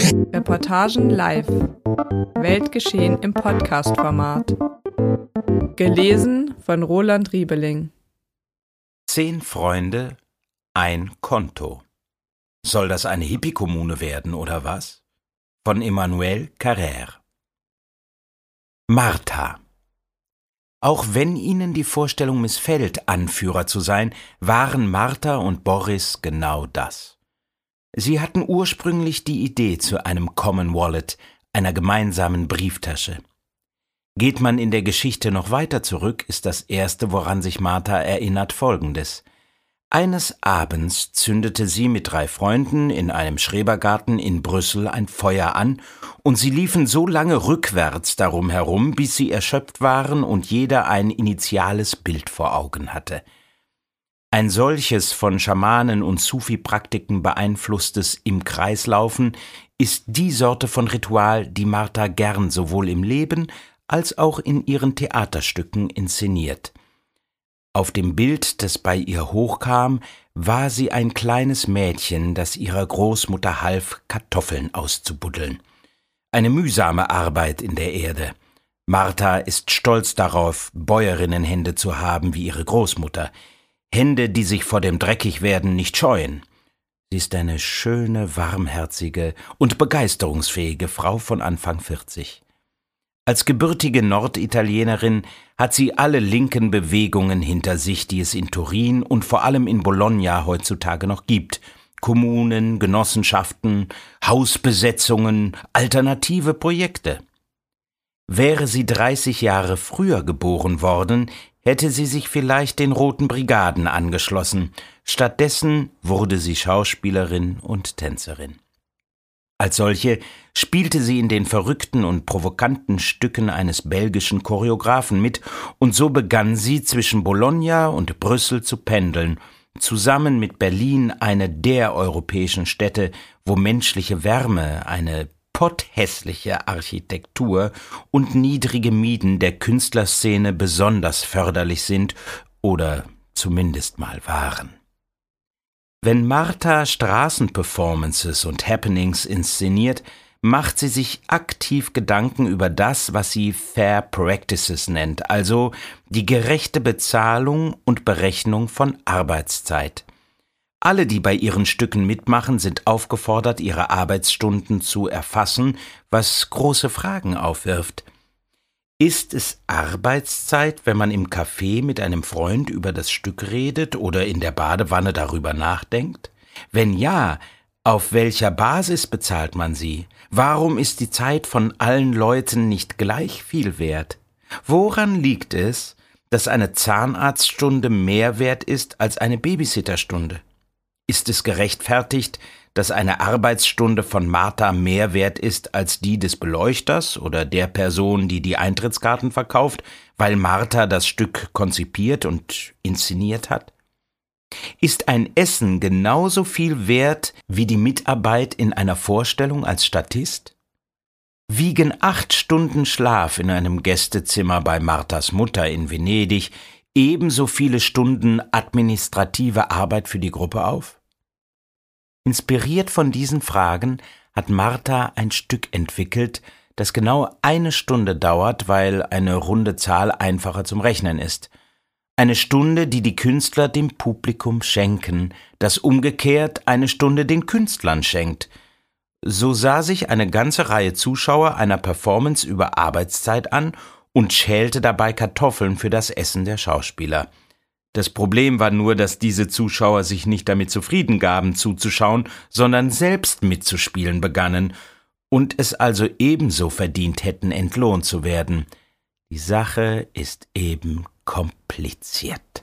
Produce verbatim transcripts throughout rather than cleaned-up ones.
Reportagen live. Weltgeschehen im Podcast-Format. Gelesen von Roland Riebeling. Zehn Freunde, ein Konto. Soll das eine Hippie-Kommune werden, oder was? Von Emmanuel Carrère. Martha. Auch wenn ihnen die Vorstellung missfällt, Anführer zu sein, waren Martha und Boris genau das. Sie hatten ursprünglich die Idee zu einem Common Wallet, einer gemeinsamen Brieftasche. Geht man in der Geschichte noch weiter zurück, ist das Erste, woran sich Martha erinnert, Folgendes. Eines Abends zündete sie mit drei Freunden in einem Schrebergarten in Brüssel ein Feuer an, und sie liefen so lange rückwärts darum herum, bis sie erschöpft waren und jeder ein initiales Bild vor Augen hatte. Ein solches von Schamanen und Sufi-Praktiken beeinflusstes Im-Kreislaufen ist die Sorte von Ritual, die Martha gern sowohl im Leben als auch in ihren Theaterstücken inszeniert. Auf dem Bild, das bei ihr hochkam, war sie ein kleines Mädchen, das ihrer Großmutter half, Kartoffeln auszubuddeln. Eine mühsame Arbeit in der Erde. Martha ist stolz darauf, Bäuerinnenhände zu haben wie ihre Großmutter. Hände, die sich vor dem Dreckigwerden nicht scheuen. Sie ist eine schöne, warmherzige und begeisterungsfähige Frau von Anfang vierzig. Als gebürtige Norditalienerin hat sie alle linken Bewegungen hinter sich, die es in Turin und vor allem in Bologna heutzutage noch gibt. Kommunen, Genossenschaften, Hausbesetzungen, alternative Projekte. Wäre sie dreißig Jahre früher geboren worden, hätte sie sich vielleicht den Roten Brigaden angeschlossen. Stattdessen wurde sie Schauspielerin und Tänzerin. Als solche spielte sie in den verrückten und provokanten Stücken eines belgischen Choreografen mit, und so begann sie zwischen Bologna und Brüssel zu pendeln, zusammen mit Berlin eine der europäischen Städte, wo menschliche Wärme, eine potthässliche Architektur und niedrige Mieten der Künstlerszene besonders förderlich sind oder zumindest mal waren. Wenn Martha Straßenperformances und Happenings inszeniert, macht sie sich aktiv Gedanken über das, was sie Fair Practices nennt, also die gerechte Bezahlung und Berechnung von Arbeitszeit. Alle, die bei ihren Stücken mitmachen, sind aufgefordert, ihre Arbeitsstunden zu erfassen, was große Fragen aufwirft. Ist es Arbeitszeit, wenn man im Café mit einem Freund über das Stück redet oder in der Badewanne darüber nachdenkt? Wenn ja, auf welcher Basis bezahlt man sie? Warum ist die Zeit von allen Leuten nicht gleich viel wert? Woran liegt es, dass eine Zahnarztstunde mehr wert ist als eine Babysitterstunde? Ist es gerechtfertigt, dass eine Arbeitsstunde von Martha mehr wert ist als die des Beleuchters oder der Person, die die Eintrittskarten verkauft, weil Martha das Stück konzipiert und inszeniert hat? Ist ein Essen genauso viel wert wie die Mitarbeit in einer Vorstellung als Statist? Wiegen acht Stunden Schlaf in einem Gästezimmer bei Marthas Mutter in Venedig ebenso viele Stunden administrative Arbeit für die Gruppe auf? Inspiriert von diesen Fragen hat Martha ein Stück entwickelt, das genau eine Stunde dauert, weil eine runde Zahl einfacher zum Rechnen ist. Eine Stunde, die die Künstler dem Publikum schenken, das umgekehrt eine Stunde den Künstlern schenkt. So sah sich eine ganze Reihe Zuschauer einer Performance über Arbeitszeit an und schälte dabei Kartoffeln für das Essen der Schauspieler. Das Problem war nur, dass diese Zuschauer sich nicht damit zufrieden gaben, zuzuschauen, sondern selbst mitzuspielen begannen und es also ebenso verdient hätten, entlohnt zu werden. Die Sache ist eben kompliziert.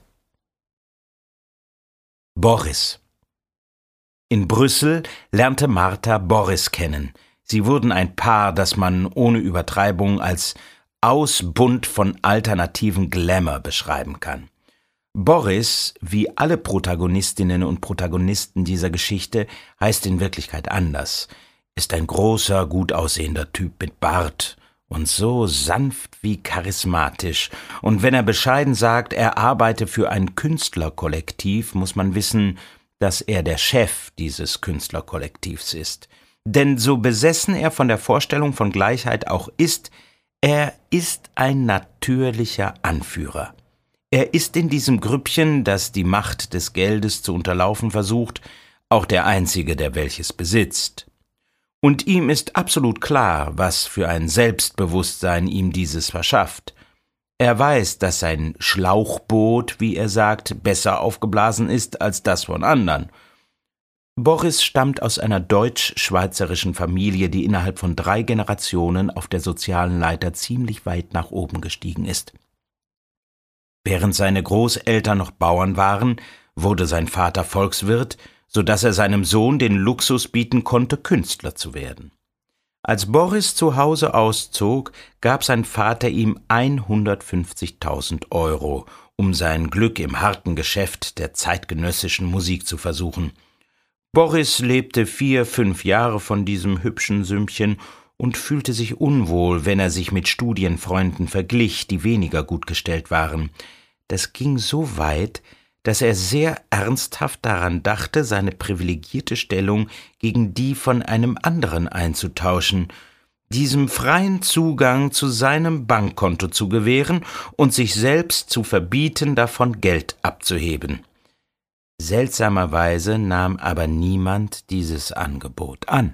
Boris. In Brüssel lernte Martha Boris kennen. Sie wurden ein Paar, das man ohne Übertreibung als Ausbund von alternativen Glamour beschreiben kann. Boris, wie alle Protagonistinnen und Protagonisten dieser Geschichte, heißt in Wirklichkeit anders, ist ein großer, gut aussehender Typ mit Bart und so sanft wie charismatisch. Und wenn er bescheiden sagt, er arbeite für ein Künstlerkollektiv, muss man wissen, dass er der Chef dieses Künstlerkollektivs ist. Denn so besessen er von der Vorstellung von Gleichheit auch ist, er ist ein natürlicher Anführer. Er ist in diesem Grüppchen, das die Macht des Geldes zu unterlaufen versucht, auch der Einzige, der welches besitzt. Und ihm ist absolut klar, was für ein Selbstbewusstsein ihm dieses verschafft. Er weiß, dass sein Schlauchboot, wie er sagt, besser aufgeblasen ist als das von anderen. Boris stammt aus einer deutsch-schweizerischen Familie, die innerhalb von drei Generationen auf der sozialen Leiter ziemlich weit nach oben gestiegen ist. Während seine Großeltern noch Bauern waren, wurde sein Vater Volkswirt, so dass er seinem Sohn den Luxus bieten konnte, Künstler zu werden. Als Boris zu Hause auszog, gab sein Vater ihm hundertfünfzigtausend Euro, um sein Glück im harten Geschäft der zeitgenössischen Musik zu versuchen. Boris lebte vier, fünf Jahre von diesem hübschen Sümmchen und fühlte sich unwohl, wenn er sich mit Studienfreunden verglich, die weniger gut gestellt waren. Das ging so weit, dass er sehr ernsthaft daran dachte, seine privilegierte Stellung gegen die von einem anderen einzutauschen, diesem freien Zugang zu seinem Bankkonto zu gewähren und sich selbst zu verbieten, davon Geld abzuheben. Seltsamerweise nahm aber niemand dieses Angebot an.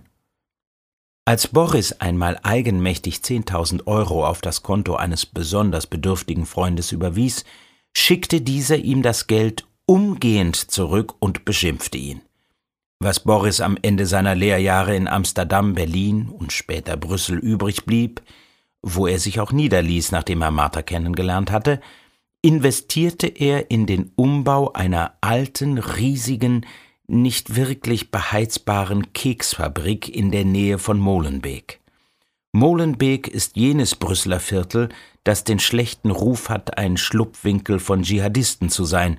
Als Boris einmal eigenmächtig zehntausend Euro auf das Konto eines besonders bedürftigen Freundes überwies, schickte dieser ihm das Geld umgehend zurück und beschimpfte ihn. Was Boris am Ende seiner Lehrjahre in Amsterdam, Berlin und später Brüssel übrig blieb, wo er sich auch niederließ, nachdem er Martha kennengelernt hatte, investierte er in den Umbau einer alten, riesigen, nicht wirklich beheizbaren Keksfabrik in der Nähe von Molenbeek. Molenbeek ist jenes Brüsseler Viertel, das den schlechten Ruf hat, ein Schlupfwinkel von Dschihadisten zu sein.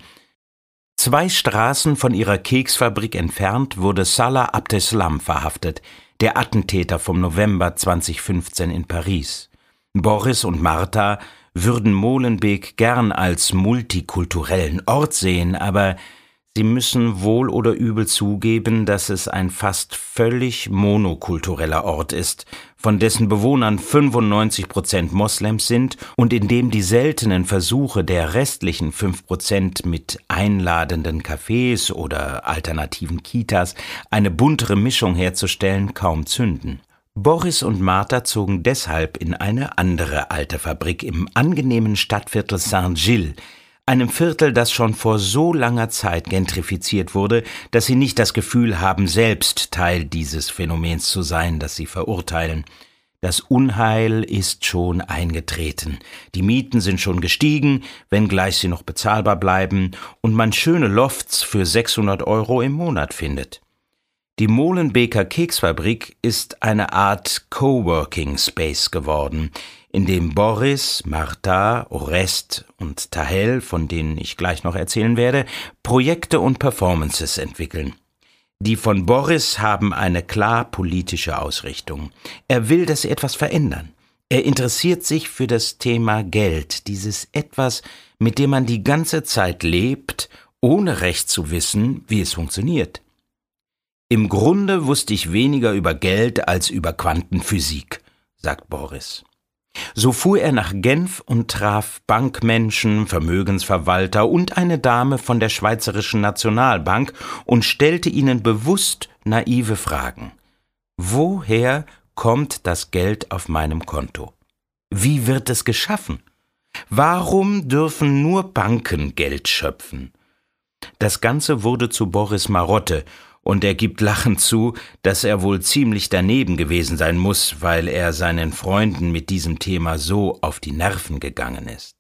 Zwei Straßen von ihrer Keksfabrik entfernt wurde Salah Abdeslam verhaftet, der Attentäter vom November zweitausendfünfzehn in Paris. Boris und Martha würden Molenbeek gern als multikulturellen Ort sehen, aber sie müssen wohl oder übel zugeben, dass es ein fast völlig monokultureller Ort ist, von dessen Bewohnern fünfundneunzig Prozent Moslems sind und in dem die seltenen Versuche der restlichen fünf Prozent mit einladenden Cafés oder alternativen Kitas eine buntere Mischung herzustellen kaum zünden. Boris und Martha zogen deshalb in eine andere alte Fabrik im angenehmen Stadtviertel Saint-Gilles, einem Viertel, das schon vor so langer Zeit gentrifiziert wurde, dass sie nicht das Gefühl haben, selbst Teil dieses Phänomens zu sein, das sie verurteilen. Das Unheil ist schon eingetreten, die Mieten sind schon gestiegen, wenngleich sie noch bezahlbar bleiben, und man schöne Lofts für sechshundert Euro im Monat findet. Die Molenbeeker Keksfabrik ist eine Art Coworking Space geworden, in dem Boris, Martha, Oreste und Tahel, von denen ich gleich noch erzählen werde, Projekte und Performances entwickeln. Die von Boris haben eine klar politische Ausrichtung. Er will, dass sie etwas verändern. Er interessiert sich für das Thema Geld, dieses Etwas, mit dem man die ganze Zeit lebt, ohne recht zu wissen, wie es funktioniert. Im Grunde wusste ich weniger über Geld als über Quantenphysik, sagt Boris. So fuhr er nach Genf und traf Bankmenschen, Vermögensverwalter und eine Dame von der Schweizerischen Nationalbank und stellte ihnen bewusst naive Fragen. Woher kommt das Geld auf meinem Konto? Wie wird es geschaffen? Warum dürfen nur Banken Geld schöpfen? Das Ganze wurde zu Boris' Marotte, und er gibt lachend zu, dass er wohl ziemlich daneben gewesen sein muss, weil er seinen Freunden mit diesem Thema so auf die Nerven gegangen ist.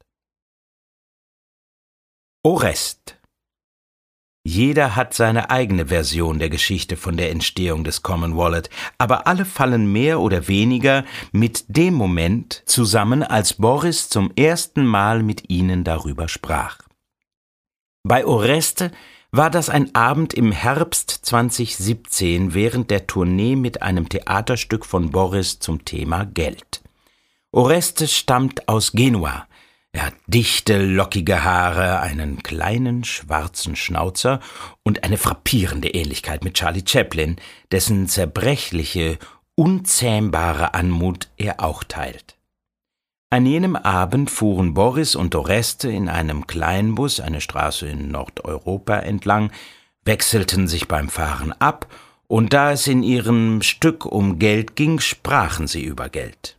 Oreste. Jeder hat seine eigene Version der Geschichte von der Entstehung des Common Wallet, aber alle fallen mehr oder weniger mit dem Moment zusammen, als Boris zum ersten Mal mit ihnen darüber sprach. Bei Oreste war das ein Abend im Herbst zweitausendsiebzehn während der Tournee mit einem Theaterstück von Boris zum Thema Geld. Oreste stammt aus Genua. Er hat dichte, lockige Haare, einen kleinen, schwarzen Schnauzer und eine frappierende Ähnlichkeit mit Charlie Chaplin, dessen zerbrechliche, unzähmbare Anmut er auch teilt. An jenem Abend fuhren Boris und Oreste in einem Kleinbus eine Straße in Nordeuropa entlang, wechselten sich beim Fahren ab, und da es in ihrem Stück um Geld ging, sprachen sie über Geld.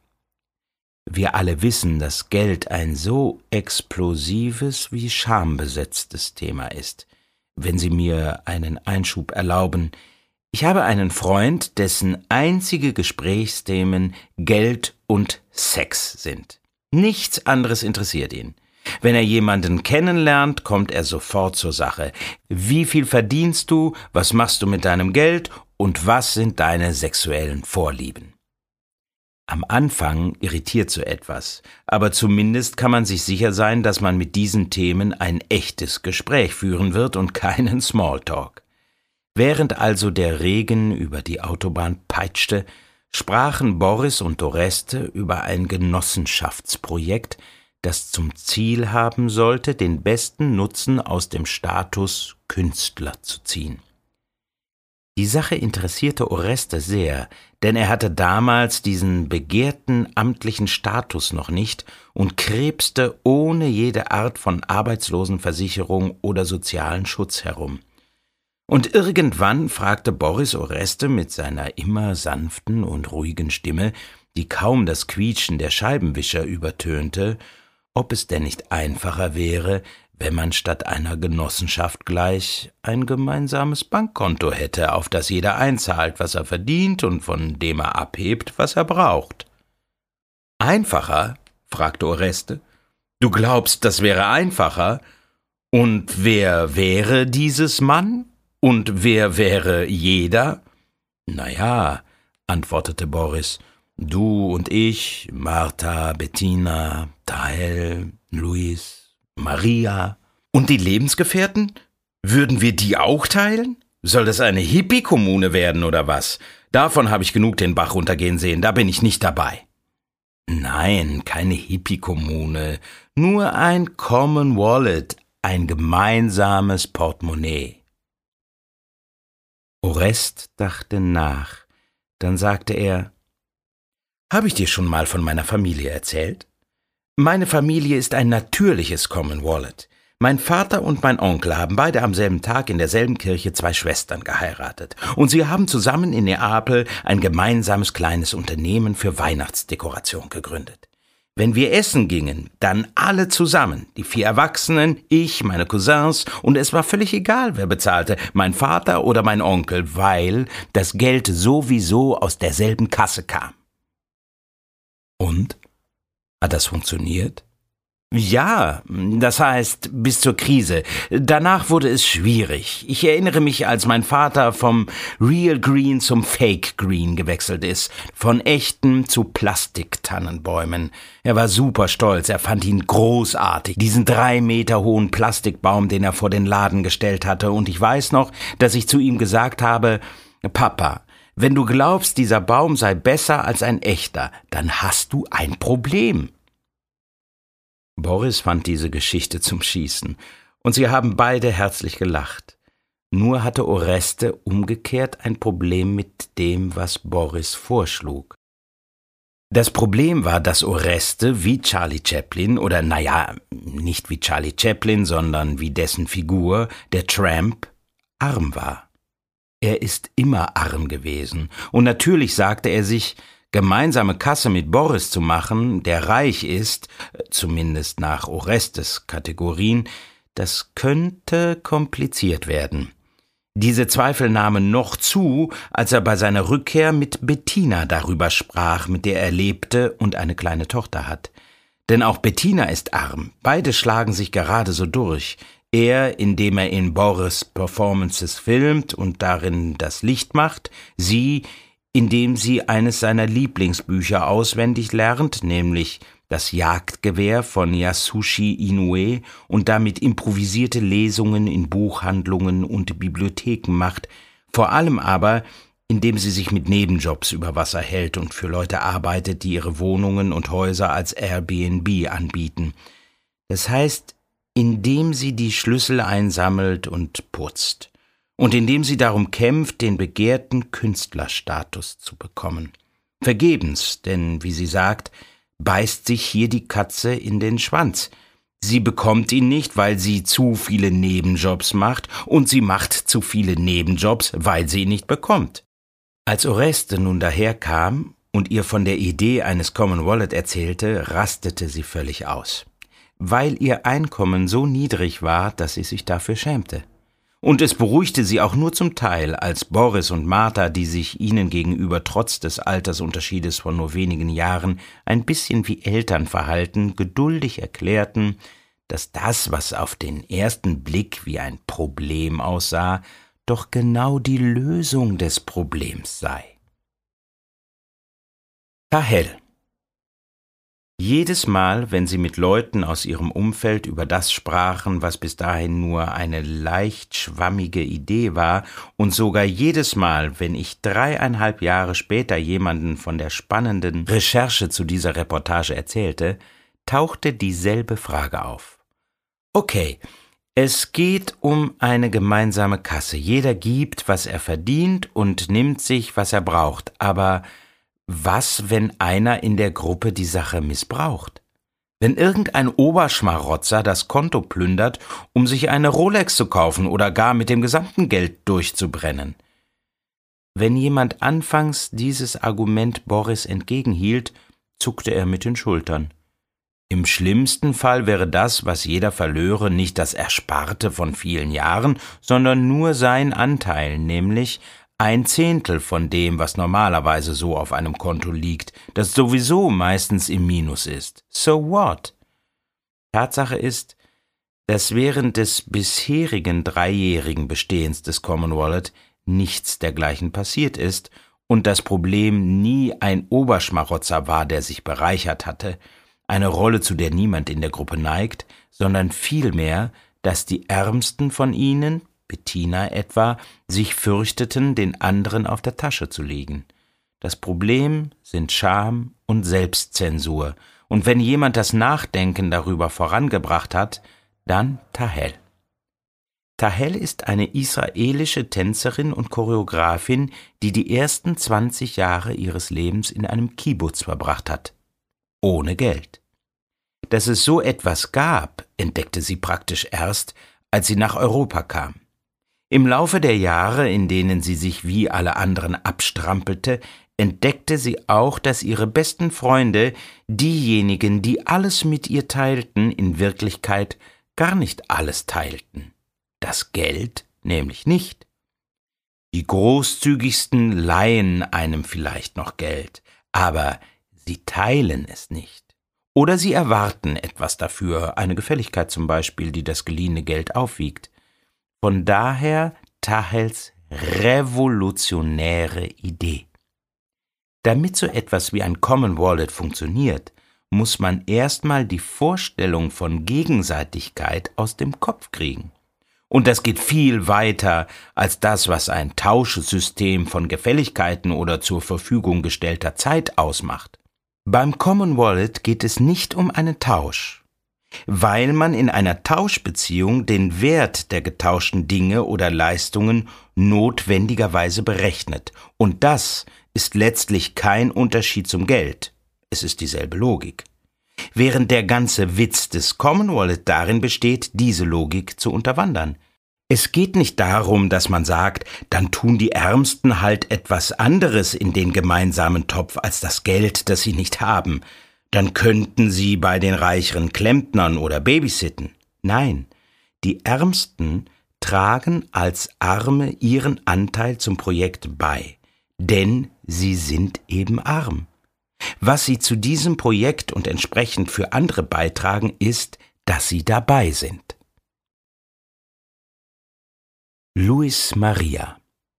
Wir alle wissen, dass Geld ein so explosives wie schambesetztes Thema ist. Wenn Sie mir einen Einschub erlauben: Ich habe einen Freund, dessen einzige Gesprächsthemen Geld und Sex sind. Nichts anderes interessiert ihn. Wenn er jemanden kennenlernt, kommt er sofort zur Sache. Wie viel verdienst du, was machst du mit deinem Geld und was sind deine sexuellen Vorlieben? Am Anfang irritiert so etwas, aber zumindest kann man sich sicher sein, dass man mit diesen Themen ein echtes Gespräch führen wird und keinen Smalltalk. Während also der Regen über die Autobahn peitschte, sprachen Boris und Oreste über ein Genossenschaftsprojekt, das zum Ziel haben sollte, den besten Nutzen aus dem Status Künstler zu ziehen. Die Sache interessierte Oreste sehr, denn er hatte damals diesen begehrten amtlichen Status noch nicht und krebste ohne jede Art von Arbeitslosenversicherung oder sozialen Schutz herum. Und irgendwann fragte Boris Oreste mit seiner immer sanften und ruhigen Stimme, die kaum das Quietschen der Scheibenwischer übertönte, ob es denn nicht einfacher wäre, wenn man statt einer Genossenschaft gleich ein gemeinsames Bankkonto hätte, auf das jeder einzahlt, was er verdient und von dem er abhebt, was er braucht. »Einfacher?« fragte Oreste. »Du glaubst, das wäre einfacher? Und wer wäre dieses Mann? Und wer wäre jeder?« »Na ja«, antwortete Boris, »du und ich, Martha, Bettina, Tahel, Luis, Maria. Und die Lebensgefährten? Würden wir die auch teilen? Soll das eine Hippie-Kommune werden oder was? Davon habe ich genug den Bach runtergehen sehen, da bin ich nicht dabei.« »Nein, keine Hippie-Kommune, nur ein Common Wallet, ein gemeinsames Portemonnaie.« Oreste dachte nach, dann sagte er: »Habe ich dir schon mal von meiner Familie erzählt? Meine Familie ist ein natürliches Common Wallet. Mein Vater und mein Onkel haben beide am selben Tag in derselben Kirche zwei Schwestern geheiratet. Und sie haben zusammen in Neapel ein gemeinsames kleines Unternehmen für Weihnachtsdekoration gegründet. Wenn wir essen gingen, dann alle zusammen, die vier Erwachsenen, ich, meine Cousins, und es war völlig egal, wer bezahlte, mein Vater oder mein Onkel, weil das Geld sowieso aus derselben Kasse kam.« »Und? Hat das funktioniert?« »Ja, das heißt, bis zur Krise. Danach wurde es schwierig. Ich erinnere mich, als mein Vater vom Real Green zum Fake Green gewechselt ist, von echten zu Plastiktannenbäumen. Er war super stolz, er fand ihn großartig, diesen drei Meter hohen Plastikbaum, den er vor den Laden gestellt hatte, und ich weiß noch, dass ich zu ihm gesagt habe: »Papa, wenn du glaubst, dieser Baum sei besser als ein echter, dann hast du ein Problem.« Boris fand diese Geschichte zum Schießen, und sie haben beide herzlich gelacht. Nur hatte Oreste umgekehrt ein Problem mit dem, was Boris vorschlug. Das Problem war, dass Oreste wie Charlie Chaplin, oder naja, nicht wie Charlie Chaplin, sondern wie dessen Figur, der Tramp, arm war. Er ist immer arm gewesen, und natürlich sagte er sich, gemeinsame Kasse mit Boris zu machen, der reich ist, zumindest nach Orestes Kategorien, das könnte kompliziert werden. Diese Zweifel nahmen noch zu, als er bei seiner Rückkehr mit Bettina darüber sprach, mit der er lebte und eine kleine Tochter hat. Denn auch Bettina ist arm, beide schlagen sich gerade so durch. Er, indem er in Boris' Performances filmt und darin das Licht macht, sie, indem sie eines seiner Lieblingsbücher auswendig lernt, nämlich Das Jagdgewehr von Yasushi Inoue, und damit improvisierte Lesungen in Buchhandlungen und Bibliotheken macht, vor allem aber, indem sie sich mit Nebenjobs über Wasser hält und für Leute arbeitet, die ihre Wohnungen und Häuser als Airbnb anbieten. Das heißt, indem sie die Schlüssel einsammelt und putzt und indem sie darum kämpft, den begehrten Künstlerstatus zu bekommen. Vergebens, denn, wie sie sagt, beißt sich hier die Katze in den Schwanz. Sie bekommt ihn nicht, weil sie zu viele Nebenjobs macht, und sie macht zu viele Nebenjobs, weil sie ihn nicht bekommt. Als Oreste nun daherkam und ihr von der Idee eines Common Wallet erzählte, rastete sie völlig aus, weil ihr Einkommen so niedrig war, dass sie sich dafür schämte. Und es beruhigte sie auch nur zum Teil, als Boris und Martha, die sich ihnen gegenüber trotz des Altersunterschiedes von nur wenigen Jahren ein bisschen wie Eltern verhalten, geduldig erklärten, dass das, was auf den ersten Blick wie ein Problem aussah, doch genau die Lösung des Problems sei. Tahel. Jedes Mal, wenn sie mit Leuten aus ihrem Umfeld über das sprachen, was bis dahin nur eine leicht schwammige Idee war, und sogar jedes Mal, wenn ich dreieinhalb Jahre später jemanden von der spannenden Recherche zu dieser Reportage erzählte, tauchte dieselbe Frage auf. Okay, es geht um eine gemeinsame Kasse. Jeder gibt, was er verdient und nimmt sich, was er braucht, aber was, wenn einer in der Gruppe die Sache missbraucht? Wenn irgendein Oberschmarotzer das Konto plündert, um sich eine Rolex zu kaufen oder gar mit dem gesamten Geld durchzubrennen? Wenn jemand anfangs dieses Argument Boris entgegenhielt, zuckte er mit den Schultern. Im schlimmsten Fall wäre das, was jeder verlöre, nicht das Ersparte von vielen Jahren, sondern nur sein Anteil, nämlich ein Zehntel von dem, was normalerweise so auf einem Konto liegt, das sowieso meistens im Minus ist. So what? Tatsache ist, dass während des bisherigen dreijährigen Bestehens des Common Wallet nichts dergleichen passiert ist und das Problem nie ein Oberschmarotzer war, der sich bereichert hatte, eine Rolle, zu der niemand in der Gruppe neigt, sondern vielmehr, dass die Ärmsten von ihnen, Bettina etwa, sich fürchteten, den anderen auf der Tasche zu liegen. Das Problem sind Scham und Selbstzensur, und wenn jemand das Nachdenken darüber vorangebracht hat, dann Tahel. Tahel ist eine israelische Tänzerin und Choreografin, die die ersten zwanzig Jahre ihres Lebens in einem Kibbutz verbracht hat. Ohne Geld. Dass es so etwas gab, entdeckte sie praktisch erst, als sie nach Europa kam. Im Laufe der Jahre, in denen sie sich wie alle anderen abstrampelte, entdeckte sie auch, dass ihre besten Freunde, diejenigen, die alles mit ihr teilten, in Wirklichkeit gar nicht alles teilten. Das Geld nämlich nicht. Die Großzügigsten leihen einem vielleicht noch Geld, aber sie teilen es nicht. Oder sie erwarten etwas dafür, eine Gefälligkeit zum Beispiel, die das geliehene Geld aufwiegt. Von daher Tahels revolutionäre Idee. Damit so etwas wie ein Common Wallet funktioniert, muss man erstmal die Vorstellung von Gegenseitigkeit aus dem Kopf kriegen. Und das geht viel weiter als das, was ein Tauschsystem von Gefälligkeiten oder zur Verfügung gestellter Zeit ausmacht. Beim Common Wallet geht es nicht um einen Tausch, weil man in einer Tauschbeziehung den Wert der getauschten Dinge oder Leistungen notwendigerweise berechnet. Und das ist letztlich kein Unterschied zum Geld. Es ist dieselbe Logik. Während der ganze Witz des Common Wallet darin besteht, diese Logik zu unterwandern. Es geht nicht darum, dass man sagt, dann tun die Ärmsten halt etwas anderes in den gemeinsamen Topf als das Geld, das sie nicht haben. Dann könnten sie bei den reicheren Klempnern oder babysitten. Nein, die Ärmsten tragen als Arme ihren Anteil zum Projekt bei, denn sie sind eben arm. Was sie zu diesem Projekt und entsprechend für andere beitragen, ist, dass sie dabei sind. Luis Maria.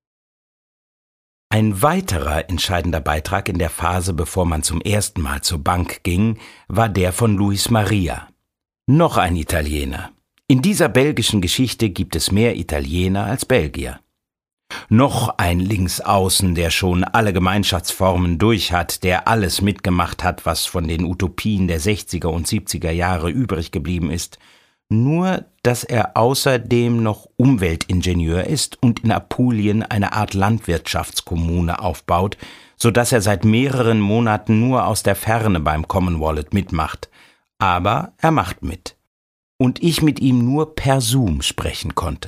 Ein weiterer entscheidender Beitrag in der Phase, bevor man zum ersten Mal zur Bank ging, war der von Luis Maria. Noch ein Italiener. In dieser belgischen Geschichte gibt es mehr Italiener als Belgier. Noch ein Linksaußen, der schon alle Gemeinschaftsformen durch hat, der alles mitgemacht hat, was von den Utopien der sechziger und siebziger Jahre übrig geblieben ist. Nur, dass er außerdem noch Umweltingenieur ist und in Apulien eine Art Landwirtschaftskommune aufbaut, so dass er seit mehreren Monaten nur aus der Ferne beim Common Wallet mitmacht. Aber er macht mit. Und ich mit ihm nur per Zoom sprechen konnte.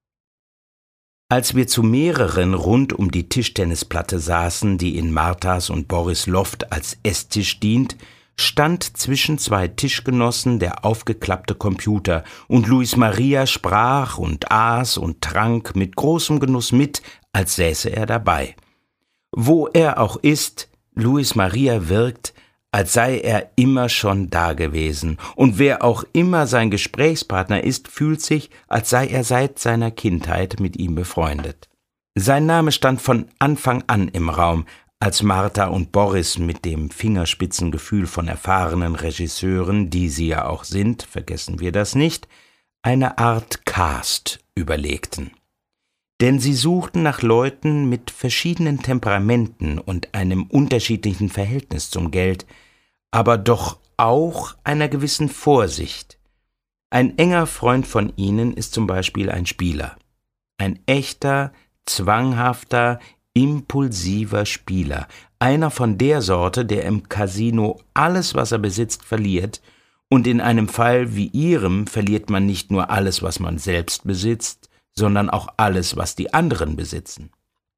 Als wir zu mehreren rund um die Tischtennisplatte saßen, die in Marthas und Boris' Loft als Esstisch dient, stand zwischen zwei Tischgenossen der aufgeklappte Computer, und Luis Maria sprach und aß und trank mit großem Genuss mit, als säße er dabei. Wo er auch ist, Luis Maria wirkt, als sei er immer schon dagewesen, und wer auch immer sein Gesprächspartner ist, fühlt sich, als sei er seit seiner Kindheit mit ihm befreundet. Sein Name stand von Anfang an im Raum, als Martha und Boris mit dem Fingerspitzengefühl von erfahrenen Regisseuren, die sie ja auch sind, vergessen wir das nicht, eine Art Cast überlegten. Denn sie suchten nach Leuten mit verschiedenen Temperamenten und einem unterschiedlichen Verhältnis zum Geld, aber doch auch einer gewissen Vorsicht. Ein enger Freund von ihnen ist zum Beispiel ein Spieler. Ein echter, zwanghafter, impulsiver Spieler. Einer von der Sorte, der im Casino alles, was er besitzt, verliert, und in einem Fall wie ihrem verliert man nicht nur alles, was man selbst besitzt, sondern auch alles, was die anderen besitzen.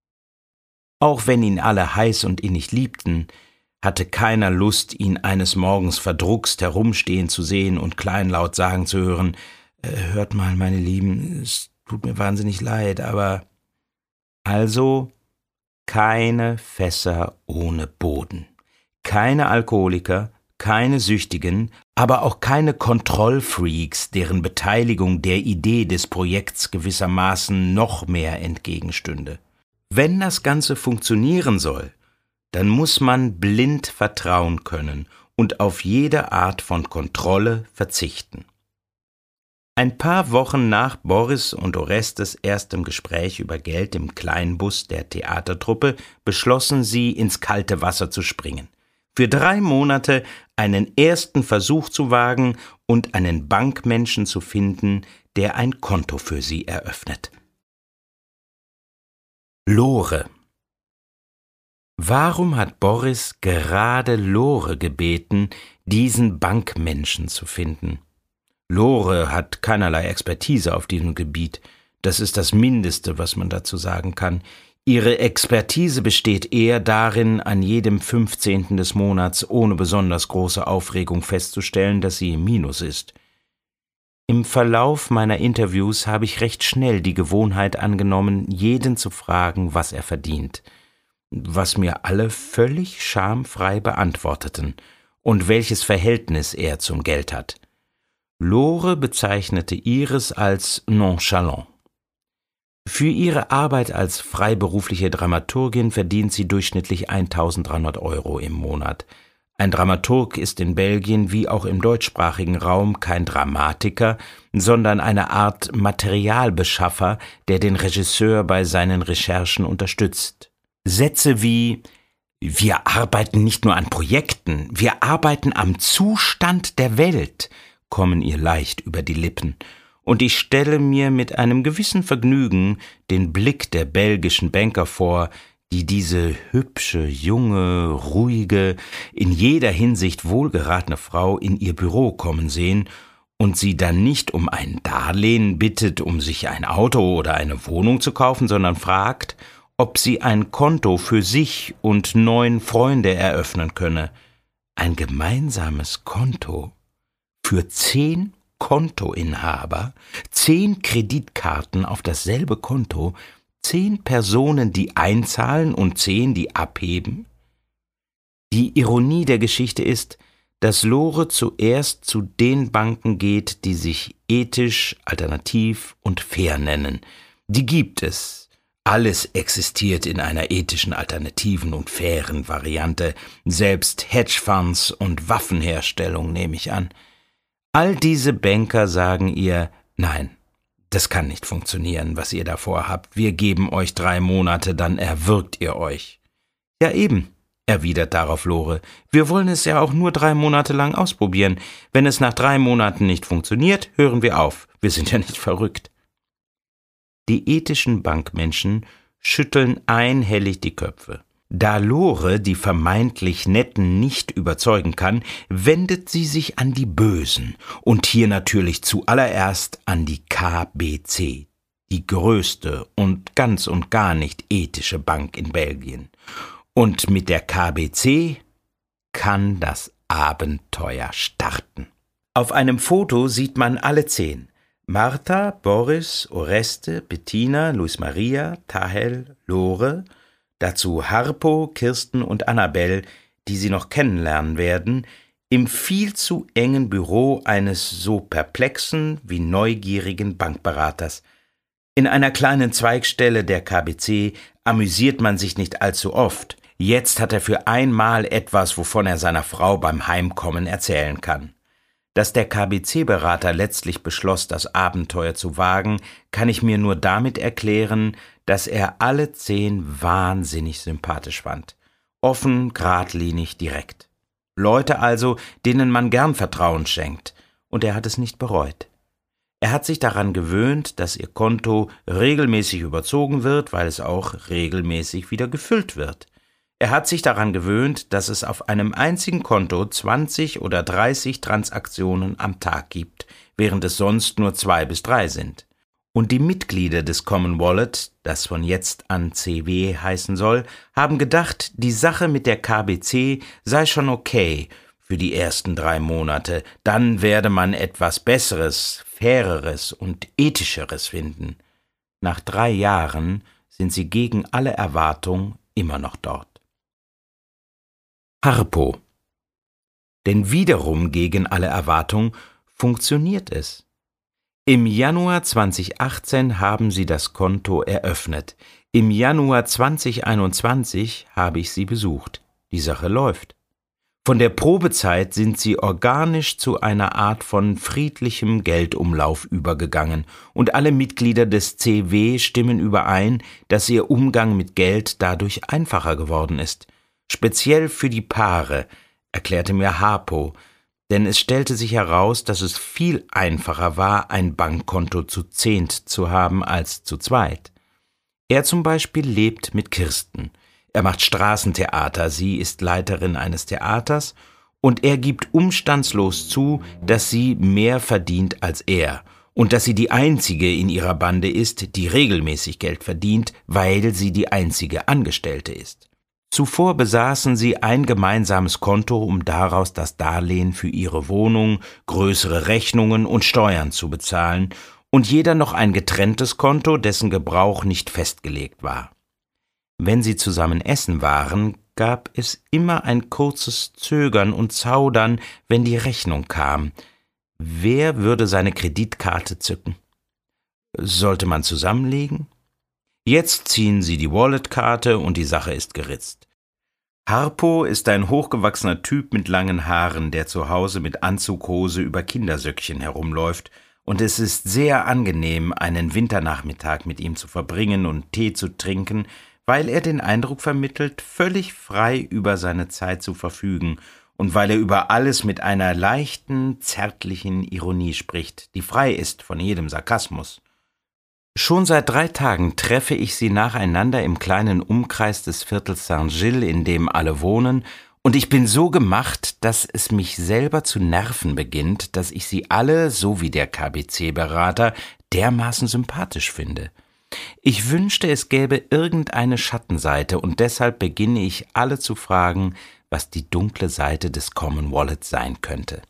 Auch wenn ihn alle heiß und innig liebten, hatte keiner Lust, ihn eines Morgens verdruckst herumstehen zu sehen und kleinlaut sagen zu hören, »Hört mal, meine Lieben, es tut mir wahnsinnig leid, aber...« Also keine Fässer ohne Boden, keine Alkoholiker, keine Süchtigen, aber auch keine Kontrollfreaks, deren Beteiligung der Idee des Projekts gewissermaßen noch mehr entgegenstünde. Wenn das Ganze funktionieren soll, dann muss man blind vertrauen können und auf jede Art von Kontrolle verzichten. Ein paar Wochen nach Boris und Orestes erstem Gespräch über Geld im Kleinbus der Theatertruppe beschlossen sie, ins kalte Wasser zu springen. Für drei Monate einen ersten Versuch zu wagen und einen Bankmenschen zu finden, der ein Konto für sie eröffnet. Lore. Warum hat Boris gerade Lore gebeten, diesen Bankmenschen zu finden? Lore hat keinerlei Expertise auf diesem Gebiet. Das ist das Mindeste, was man dazu sagen kann. Ihre Expertise besteht eher darin, an jedem fünfzehnten des Monats ohne besonders große Aufregung festzustellen, dass sie im Minus ist. Im Verlauf meiner Interviews habe ich recht schnell die Gewohnheit angenommen, jeden zu fragen, was er verdient, was mir alle völlig schamfrei beantworteten und welches Verhältnis er zum Geld hat. Lore bezeichnete ihres als nonchalant. Für ihre Arbeit als freiberufliche Dramaturgin verdient sie durchschnittlich eintausenddreihundert Euro im Monat. Ein Dramaturg ist in Belgien wie auch im deutschsprachigen Raum kein Dramatiker, sondern eine Art Materialbeschaffer, der den Regisseur bei seinen Recherchen unterstützt. Sätze wie »Wir arbeiten nicht nur an Projekten, wir arbeiten am Zustand der Welt« kommen ihr leicht über die Lippen. Und ich stelle mir mit einem gewissen Vergnügen den Blick der belgischen Banker vor, die diese hübsche, junge, ruhige, in jeder Hinsicht wohlgeratene Frau in ihr Büro kommen sehen und sie dann nicht um ein Darlehen bittet, um sich ein Auto oder eine Wohnung zu kaufen, sondern fragt, ob sie ein Konto für sich und neun Freunde eröffnen könne. Ein gemeinsames Konto für zehn Kontoinhaber, zehn Kreditkarten auf dasselbe Konto, zehn Personen, die einzahlen und zehn, die abheben? Die Ironie der Geschichte ist, dass Lore zuerst zu den Banken geht, die sich ethisch, alternativ und fair nennen. Die gibt es. Alles existiert in einer ethischen, alternativen und fairen Variante. Selbst Hedgefonds und Waffenherstellung, nehme ich an. All diese Banker sagen ihr, nein, Das kann nicht funktionieren, was ihr da vorhabt. Wir geben euch drei Monate, dann erwürgt ihr euch. Ja eben, erwidert darauf Lore. Wir wollen es ja auch nur drei Monate lang ausprobieren. Wenn es nach drei Monaten nicht funktioniert, hören wir auf. Wir sind ja nicht verrückt. Die ethischen Bankmenschen schütteln einhellig die Köpfe. Da Lore die vermeintlich Netten nicht überzeugen kann, wendet sie sich an die Bösen und hier natürlich zuallererst an die K B C, die größte und ganz und gar nicht ethische Bank in Belgien. Und mit der K B C kann das Abenteuer starten. Auf einem Foto sieht man alle zehn. Martha, Boris, Oreste, Bettina, Luis Maria, Tahel, Lore, dazu Harpo, Kirsten und Annabelle, die sie noch kennenlernen werden, im viel zu engen Büro eines so perplexen wie neugierigen Bankberaters. In einer kleinen Zweigstelle der K B C amüsiert man sich nicht allzu oft. Jetzt hat er für einmal etwas, wovon er seiner Frau beim Heimkommen erzählen kann. Dass der K B C-Berater letztlich beschloss, das Abenteuer zu wagen, kann ich mir nur damit erklären, dass er alle zehn wahnsinnig sympathisch fand. Offen, geradlinig, direkt. Leute also, denen man gern Vertrauen schenkt. Und er hat es nicht bereut. Er hat sich daran gewöhnt, dass ihr Konto regelmäßig überzogen wird, weil es auch regelmäßig wieder gefüllt wird. Er hat sich daran gewöhnt, dass es auf einem einzigen Konto zwanzig oder dreißig Transaktionen am Tag gibt, während es sonst nur zwei bis drei sind. Und die Mitglieder des Common Wallet, das von jetzt an C W heißen soll, haben gedacht, die Sache mit der K B C sei schon okay für die ersten drei Monate, dann werde man etwas Besseres, Faireres und Ethischeres finden. Nach drei Jahren sind sie gegen alle Erwartung immer noch dort. Harpo. Denn wiederum gegen alle Erwartung funktioniert es. Im Januar zweitausendachtzehn haben sie das Konto eröffnet. Im Januar zweitausendeinundzwanzig habe ich sie besucht. Die Sache läuft. Von der Probezeit sind sie organisch zu einer Art von friedlichem Geldumlauf übergegangen und alle Mitglieder des C W stimmen überein, dass ihr Umgang mit Geld dadurch einfacher geworden ist. Speziell für die Paare, erklärte mir Harpo, denn es stellte sich heraus, dass es viel einfacher war, ein Bankkonto zu zehnt zu haben als zu zweit. Er zum Beispiel lebt mit Kirsten. Er macht Straßentheater, sie ist Leiterin eines Theaters und er gibt umstandslos zu, dass sie mehr verdient als er und dass sie die einzige in ihrer Bande ist, die regelmäßig Geld verdient, weil sie die einzige Angestellte ist. Zuvor besaßen sie ein gemeinsames Konto, um daraus das Darlehen für ihre Wohnung, größere Rechnungen und Steuern zu bezahlen, und jeder noch ein getrenntes Konto, dessen Gebrauch nicht festgelegt war. Wenn sie zusammen essen waren, gab es immer ein kurzes Zögern und Zaudern, wenn die Rechnung kam. Wer würde seine Kreditkarte zücken? Sollte man zusammenlegen? Jetzt ziehen sie die Walletkarte und die Sache ist geritzt. Harpo ist ein hochgewachsener Typ mit langen Haaren, der zu Hause mit Anzughose über Kindersöckchen herumläuft, und es ist sehr angenehm, einen Winternachmittag mit ihm zu verbringen und Tee zu trinken, weil er den Eindruck vermittelt, völlig frei über seine Zeit zu verfügen und weil er über alles mit einer leichten, zärtlichen Ironie spricht, die frei ist von jedem Sarkasmus. Schon seit drei Tagen treffe ich sie nacheinander im kleinen Umkreis des Viertels Saint-Gilles, in dem alle wohnen, und ich bin so gemacht, dass es mich selber zu nerven beginnt, dass ich sie alle, so wie der K B C-Berater, dermaßen sympathisch finde. Ich wünschte, es gäbe irgendeine Schattenseite, und deshalb beginne ich alle zu fragen, was die dunkle Seite des Common Wallet sein könnte.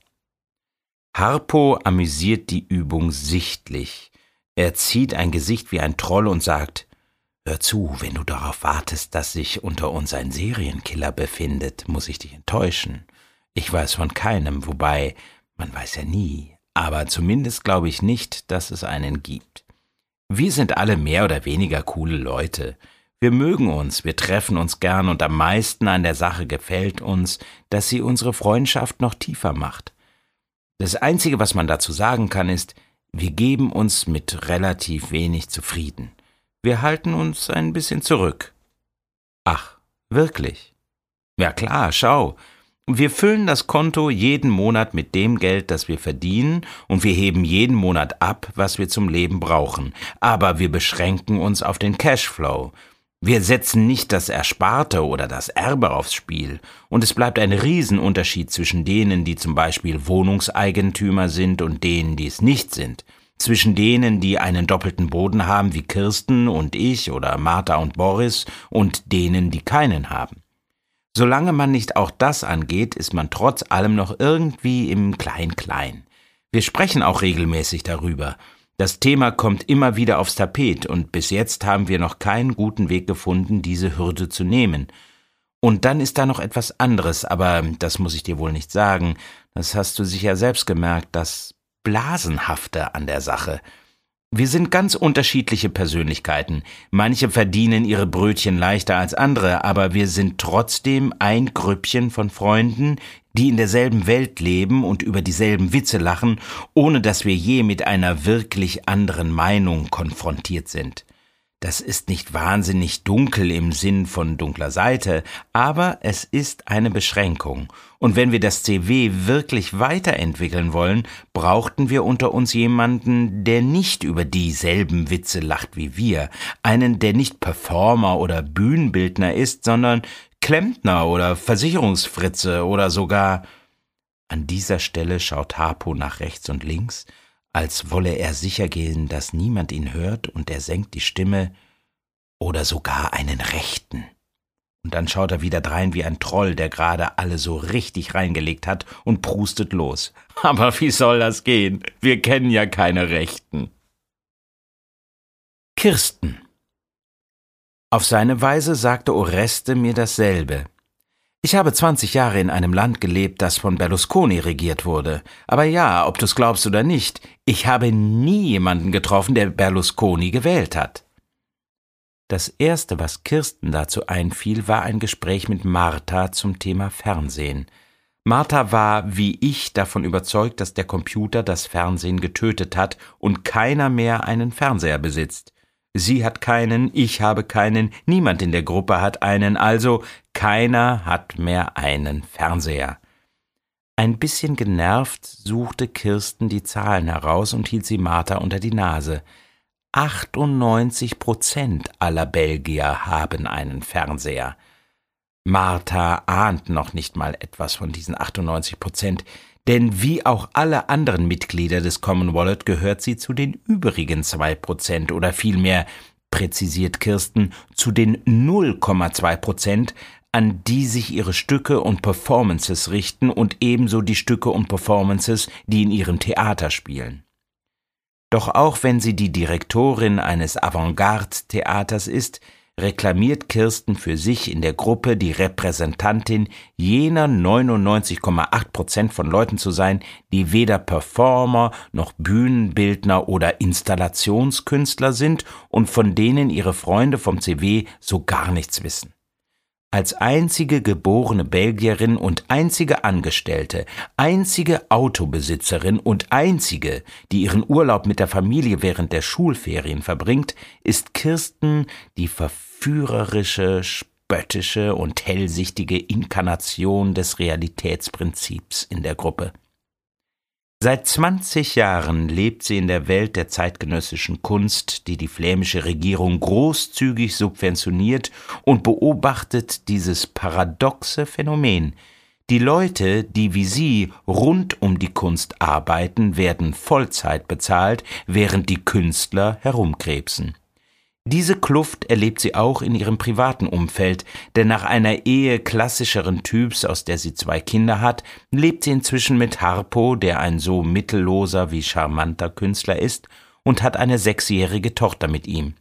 Harpo amüsiert die Übung sichtlich. Er zieht ein Gesicht wie ein Troll und sagt, »Hör zu, wenn du darauf wartest, dass sich unter uns ein Serienkiller befindet, muss ich dich enttäuschen. Ich weiß von keinem, wobei, man weiß ja nie, aber zumindest glaube ich nicht, dass es einen gibt. Wir sind alle mehr oder weniger coole Leute. Wir mögen uns, wir treffen uns gern und am meisten an der Sache gefällt uns, dass sie unsere Freundschaft noch tiefer macht. Das Einzige, was man dazu sagen kann, ist, Wir geben uns mit relativ wenig zufrieden. Wir halten uns ein bisschen zurück. Ach, wirklich? Ja klar, schau. Wir füllen das Konto jeden Monat mit dem Geld, das wir verdienen, und wir heben jeden Monat ab, was wir zum Leben brauchen. Aber wir beschränken uns auf den Cashflow. Wir setzen nicht das Ersparte oder das Erbe aufs Spiel. Und es bleibt ein Riesenunterschied zwischen denen, die zum Beispiel Wohnungseigentümer sind, und denen, die es nicht sind. Zwischen denen, die einen doppelten Boden haben, wie Kirsten und ich oder Martha und Boris, und denen, die keinen haben. Solange man nicht auch das angeht, ist man trotz allem noch irgendwie im Klein-Klein. Wir sprechen auch regelmäßig darüber. Das Thema kommt immer wieder aufs Tapet, und bis jetzt haben wir noch keinen guten Weg gefunden, diese Hürde zu nehmen. Und dann ist da noch etwas anderes, aber das muss ich dir wohl nicht sagen. Das hast du sicher selbst gemerkt, das Blasenhafte an der Sache. Wir sind ganz unterschiedliche Persönlichkeiten. Manche verdienen ihre Brötchen leichter als andere, aber wir sind trotzdem ein Grüppchen von Freunden, die in derselben Welt leben und über dieselben Witze lachen, ohne dass wir je mit einer wirklich anderen Meinung konfrontiert sind. Das ist nicht wahnsinnig dunkel im Sinn von dunkler Seite, aber es ist eine Beschränkung. Und wenn wir das C W wirklich weiterentwickeln wollen, brauchten wir unter uns jemanden, der nicht über dieselben Witze lacht wie wir, einen, der nicht Performer oder Bühnenbildner ist, sondern Klempner oder Versicherungsfritze oder sogar… An dieser Stelle schaut Harpo nach rechts und links, als wolle er sicher gehen, dass niemand ihn hört, und er senkt die Stimme, oder sogar einen Rechten. Und dann schaut er wieder drein wie ein Troll, der gerade alle so richtig reingelegt hat, und prustet los. Aber wie soll das gehen? Wir kennen ja keine Rechten. Kirsten. Auf seine Weise sagte Oreste mir dasselbe. Ich habe zwanzig Jahre in einem Land gelebt, das von Berlusconi regiert wurde. Aber ja, ob du's glaubst oder nicht, ich habe nie jemanden getroffen, der Berlusconi gewählt hat. Das Erste, was Kirsten dazu einfiel, war ein Gespräch mit Martha zum Thema Fernsehen. Martha war, wie ich, davon überzeugt, dass der Computer das Fernsehen getötet hat und keiner mehr einen Fernseher besitzt. Sie hat keinen, ich habe keinen, niemand in der Gruppe hat einen, also keiner hat mehr einen Fernseher. Ein bisschen genervt suchte Kirsten die Zahlen heraus und hielt sie Martha unter die Nase. achtundneunzig Prozent aller Belgier haben einen Fernseher. Martha ahnt noch nicht mal etwas von diesen achtundneunzig Prozent, denn wie auch alle anderen Mitglieder des Common Wallet gehört sie zu den übrigen zwei Prozent oder vielmehr, präzisiert Kirsten, zu den null Komma zwei Prozent, an die sich ihre Stücke und Performances richten und ebenso die Stücke und Performances, die in ihrem Theater spielen. Doch auch wenn sie die Direktorin eines Avantgarde-Theaters ist, reklamiert Kirsten für sich in der Gruppe die Repräsentantin jener neunundneunzig Komma acht Prozent von Leuten zu sein, die weder Performer noch Bühnenbildner oder Installationskünstler sind und von denen ihre Freunde vom C W so gar nichts wissen. Als einzige geborene Belgierin und einzige Angestellte, einzige Autobesitzerin und einzige, die ihren Urlaub mit der Familie während der Schulferien verbringt, ist Kirsten die verführerische, spöttische und hellsichtige Inkarnation des Realitätsprinzips in der Gruppe. Seit zwanzig Jahren lebt sie in der Welt der zeitgenössischen Kunst, die die flämische Regierung großzügig subventioniert, und beobachtet dieses paradoxe Phänomen. Die Leute, die wie sie rund um die Kunst arbeiten, werden Vollzeit bezahlt, während die Künstler herumkrebsen. Diese Kluft erlebt sie auch in ihrem privaten Umfeld, denn nach einer Ehe klassischeren Typs, aus der sie zwei Kinder hat, lebt sie inzwischen mit Harpo, der ein so mittelloser wie charmanter Künstler ist, und hat eine sechsjährige Tochter mit ihm.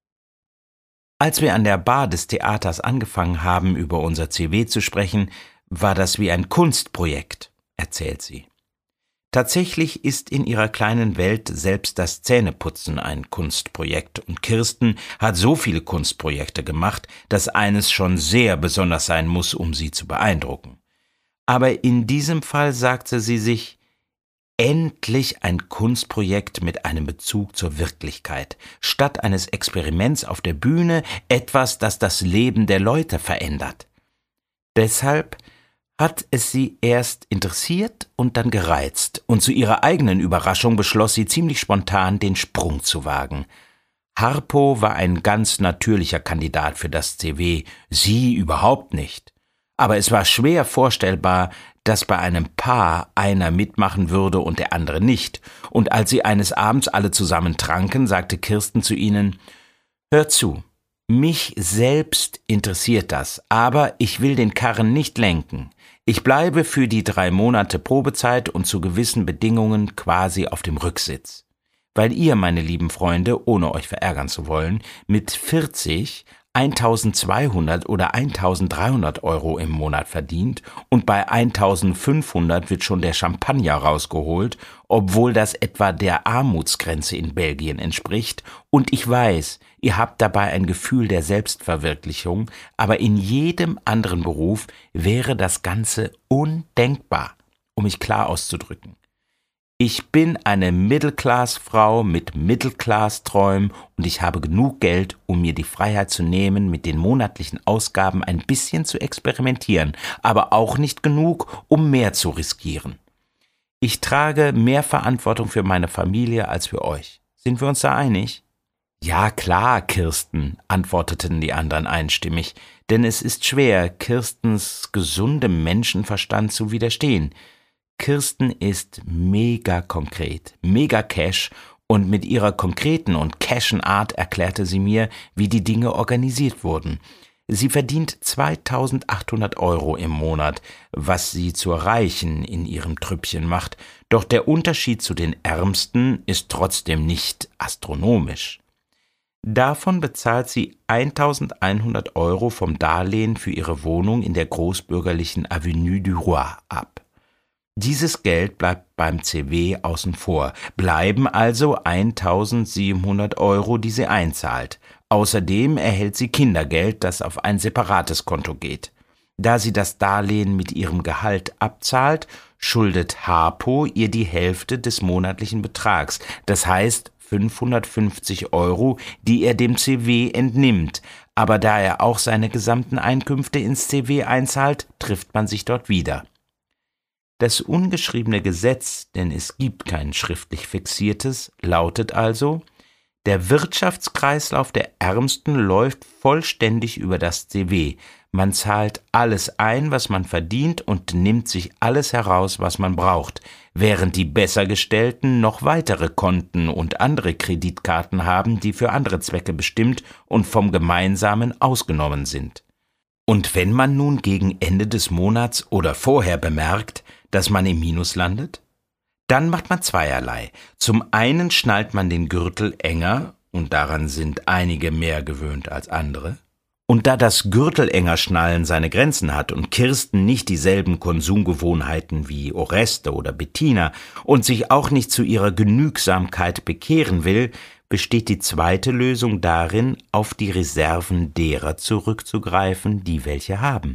Als wir an der Bar des Theaters angefangen haben, über unser C W zu sprechen, war das wie ein Kunstprojekt, erzählt sie. Tatsächlich ist in ihrer kleinen Welt selbst das Zähneputzen ein Kunstprojekt, und Kirsten hat so viele Kunstprojekte gemacht, dass eines schon sehr besonders sein muss, um sie zu beeindrucken. Aber in diesem Fall sagte sie sich, Endlich ein Kunstprojekt mit einem Bezug zur Wirklichkeit. Statt eines Experiments auf der Bühne etwas, das das Leben der Leute verändert. Deshalb hat es sie erst interessiert und dann gereizt, und zu ihrer eigenen Überraschung beschloss sie ziemlich spontan, den Sprung zu wagen. Harpo war ein ganz natürlicher Kandidat für das C W, sie überhaupt nicht. Aber es war schwer vorstellbar, dass bei einem Paar einer mitmachen würde und der andere nicht. Und als sie eines Abends alle zusammen tranken, sagte Kirsten zu ihnen: »Hört zu, mich selbst interessiert das, aber ich will den Karren nicht lenken. Ich bleibe für die drei Monate Probezeit und zu gewissen Bedingungen quasi auf dem Rücksitz. Weil ihr, meine lieben Freunde, ohne euch verärgern zu wollen, mit vierzig eintausendzweihundert oder eintausenddreihundert Euro im Monat verdient und bei eintausendfünfhundert wird schon der Champagner rausgeholt, obwohl das etwa der Armutsgrenze in Belgien entspricht, und ich weiß, ihr habt dabei ein Gefühl der Selbstverwirklichung, aber in jedem anderen Beruf wäre das Ganze undenkbar, um mich klar auszudrücken. Ich bin eine Middle-Class-Frau mit Middle-Class-Träumen und ich habe genug Geld, um mir die Freiheit zu nehmen, mit den monatlichen Ausgaben ein bisschen zu experimentieren, aber auch nicht genug, um mehr zu riskieren. Ich trage mehr Verantwortung für meine Familie als für euch. Sind wir uns da einig?« »Ja, klar, Kirsten«, antworteten die anderen einstimmig, denn es ist schwer, Kirstens gesundem Menschenverstand zu widerstehen. Kirsten ist mega konkret, mega cash, und mit ihrer konkreten und cashen Art erklärte sie mir, wie die Dinge organisiert wurden. Sie verdient zweitausendachthundert Euro im Monat, was sie zur Reichen in ihrem Trüppchen macht, doch der Unterschied zu den Ärmsten ist trotzdem nicht astronomisch. Davon bezahlt sie eintausendeinhundert Euro vom Darlehen für ihre Wohnung in der großbürgerlichen Avenue du Roi ab. Dieses Geld bleibt beim C W außen vor, bleiben also eintausendsiebenhundert Euro, die sie einzahlt. Außerdem erhält sie Kindergeld, das auf ein separates Konto geht. Da sie das Darlehen mit ihrem Gehalt abzahlt, schuldet Harpo ihr die Hälfte des monatlichen Betrags, das heißt fünfhundertfünfzig Euro, die er dem C W entnimmt. Aber da er auch seine gesamten Einkünfte ins C W einzahlt, trifft man sich dort wieder. Das ungeschriebene Gesetz, denn es gibt kein schriftlich fixiertes, lautet also: Der Wirtschaftskreislauf der Ärmsten läuft vollständig über das C W. Man zahlt alles ein, was man verdient, und nimmt sich alles heraus, was man braucht, während die Bessergestellten noch weitere Konten und andere Kreditkarten haben, die für andere Zwecke bestimmt und vom Gemeinsamen ausgenommen sind. Und wenn man nun gegen Ende des Monats oder vorher bemerkt, dass man im Minus landet? Dann macht man zweierlei. Zum einen schnallt man den Gürtel enger, und daran sind einige mehr gewöhnt als andere. Und da das Gürtelengerschnallen seine Grenzen hat und Kirsten nicht dieselben Konsumgewohnheiten wie Oreste oder Bettina und sich auch nicht zu ihrer Genügsamkeit bekehren will, besteht die zweite Lösung darin, auf die Reserven derer zurückzugreifen, die welche haben.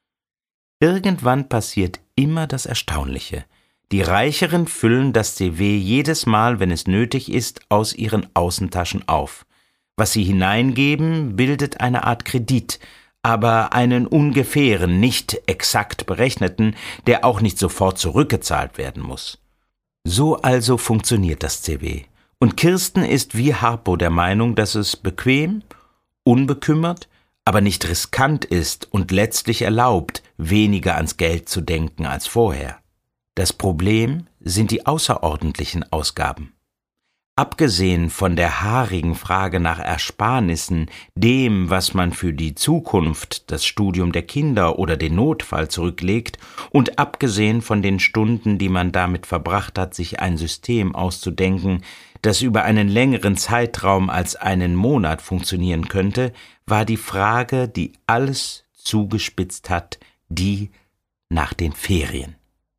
Irgendwann passiert immer das Erstaunliche. Die Reicheren füllen das C W jedes Mal, wenn es nötig ist, aus ihren Außentaschen auf. Was sie hineingeben, bildet eine Art Kredit, aber einen ungefähren, nicht exakt berechneten, der auch nicht sofort zurückgezahlt werden muss. So also funktioniert das C W. Und Kirsten ist wie Harpo der Meinung, dass es bequem, unbekümmert, aber nicht riskant ist und letztlich erlaubt, weniger ans Geld zu denken als vorher. Das Problem sind die außerordentlichen Ausgaben. Abgesehen von der haarigen Frage nach Ersparnissen, dem, was man für die Zukunft, das Studium der Kinder oder den Notfall zurücklegt, und abgesehen von den Stunden, die man damit verbracht hat, sich ein System auszudenken, das über einen längeren Zeitraum als einen Monat funktionieren könnte, war die Frage, die alles zugespitzt hat, die nach den Ferien.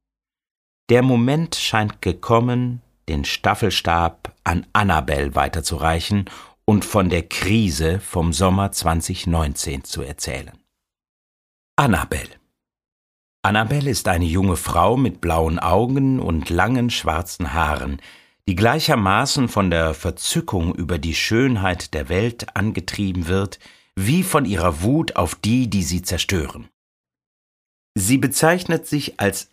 Der Moment scheint gekommen, den Staffelstab an Annabel weiterzureichen und von der Krise vom Sommer zweitausendneunzehn zu erzählen. Annabel. Annabelle ist eine junge Frau mit blauen Augen und langen schwarzen Haaren, die gleichermaßen von der Verzückung über die Schönheit der Welt angetrieben wird, wie von ihrer Wut auf die, die sie zerstören. Sie bezeichnet sich als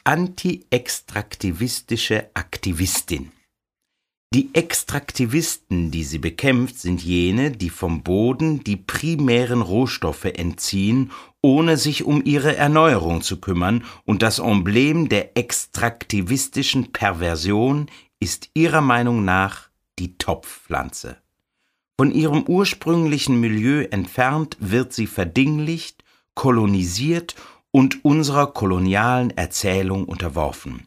anti-extraktivistische Aktivistin. Die Extraktivisten, die sie bekämpft, sind jene, die vom Boden die primären Rohstoffe entziehen, ohne sich um ihre Erneuerung zu kümmern, und das Emblem der extraktivistischen Perversion ist ihrer Meinung nach die Topfpflanze. Von ihrem ursprünglichen Milieu entfernt wird sie verdinglicht, kolonisiert und unserer kolonialen Erzählung unterworfen.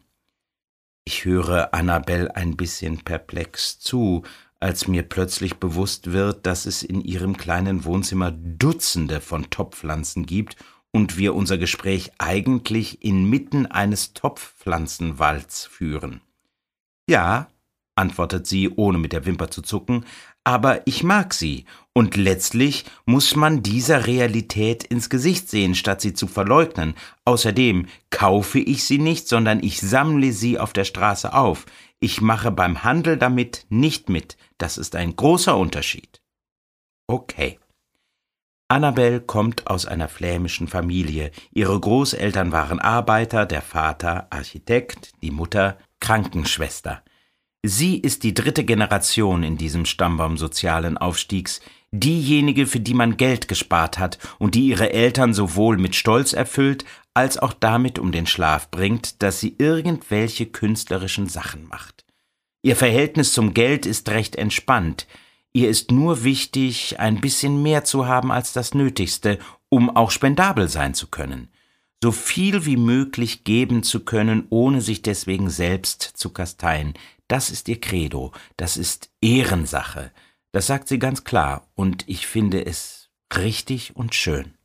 Ich höre Annabelle ein bisschen perplex zu, als mir plötzlich bewusst wird, dass es in ihrem kleinen Wohnzimmer Dutzende von Topfpflanzen gibt und wir unser Gespräch eigentlich inmitten eines Topfpflanzenwalds führen. »Ja«, antwortet sie, ohne mit der Wimper zu zucken, »aber ich mag sie, und letztlich muss man dieser Realität ins Gesicht sehen, statt sie zu verleugnen. Außerdem kaufe ich sie nicht, sondern ich sammle sie auf der Straße auf. Ich mache beim Handel damit nicht mit. Das ist ein großer Unterschied.« Okay. Annabelle kommt aus einer flämischen Familie. Ihre Großeltern waren Arbeiter, der Vater Architekt, die Mutter Krankenschwester. Sie ist die dritte Generation in diesem Stammbaum sozialen Aufstiegs, diejenige, für die man Geld gespart hat und die ihre Eltern sowohl mit Stolz erfüllt, als auch damit um den Schlaf bringt, dass sie irgendwelche künstlerischen Sachen macht. Ihr Verhältnis zum Geld ist recht entspannt. Ihr ist nur wichtig, ein bisschen mehr zu haben als das Nötigste, um auch spendabel sein zu können. So viel wie möglich geben zu können, ohne sich deswegen selbst zu kasteien. Das ist ihr Credo, das ist Ehrensache. Das sagt sie ganz klar, und ich finde es richtig und schön.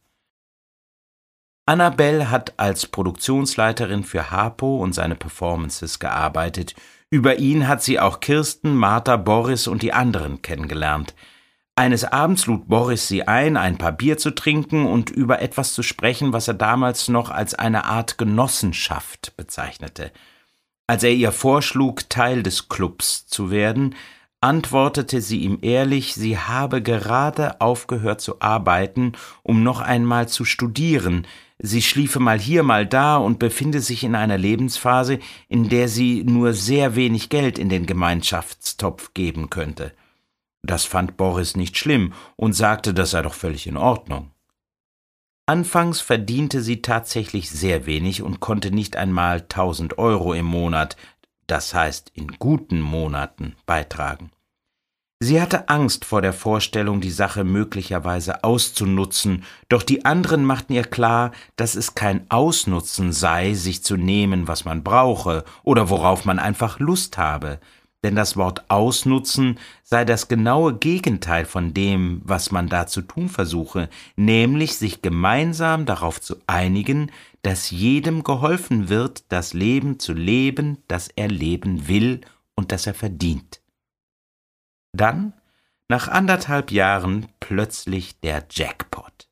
Annabelle hat als Produktionsleiterin für Harpo und seine Performances gearbeitet. Über ihn hat sie auch Kirsten, Martha, Boris und die anderen kennengelernt. Eines Abends lud Boris sie ein, ein paar Bier zu trinken und über etwas zu sprechen, was er damals noch als eine Art Genossenschaft bezeichnete. Als er ihr vorschlug, Teil des Clubs zu werden, antwortete sie ihm ehrlich, sie habe gerade aufgehört zu arbeiten, um noch einmal zu studieren. Sie schliefe mal hier, mal da und befinde sich in einer Lebensphase, in der sie nur sehr wenig Geld in den Gemeinschaftstopf geben könnte. Das fand Boris nicht schlimm und sagte, das sei doch völlig in Ordnung. Anfangs verdiente sie tatsächlich sehr wenig und konnte nicht einmal tausend Euro im Monat, das heißt in guten Monaten, beitragen. Sie hatte Angst vor der Vorstellung, die Sache möglicherweise auszunutzen, doch die anderen machten ihr klar, dass es kein Ausnutzen sei, sich zu nehmen, was man brauche oder worauf man einfach Lust habe. Denn das Wort Ausnutzen sei das genaue Gegenteil von dem, was man da zu tun versuche, nämlich sich gemeinsam darauf zu einigen, dass jedem geholfen wird, das Leben zu leben, das er leben will und das er verdient. Dann, nach anderthalb Jahren, plötzlich der Jackpot.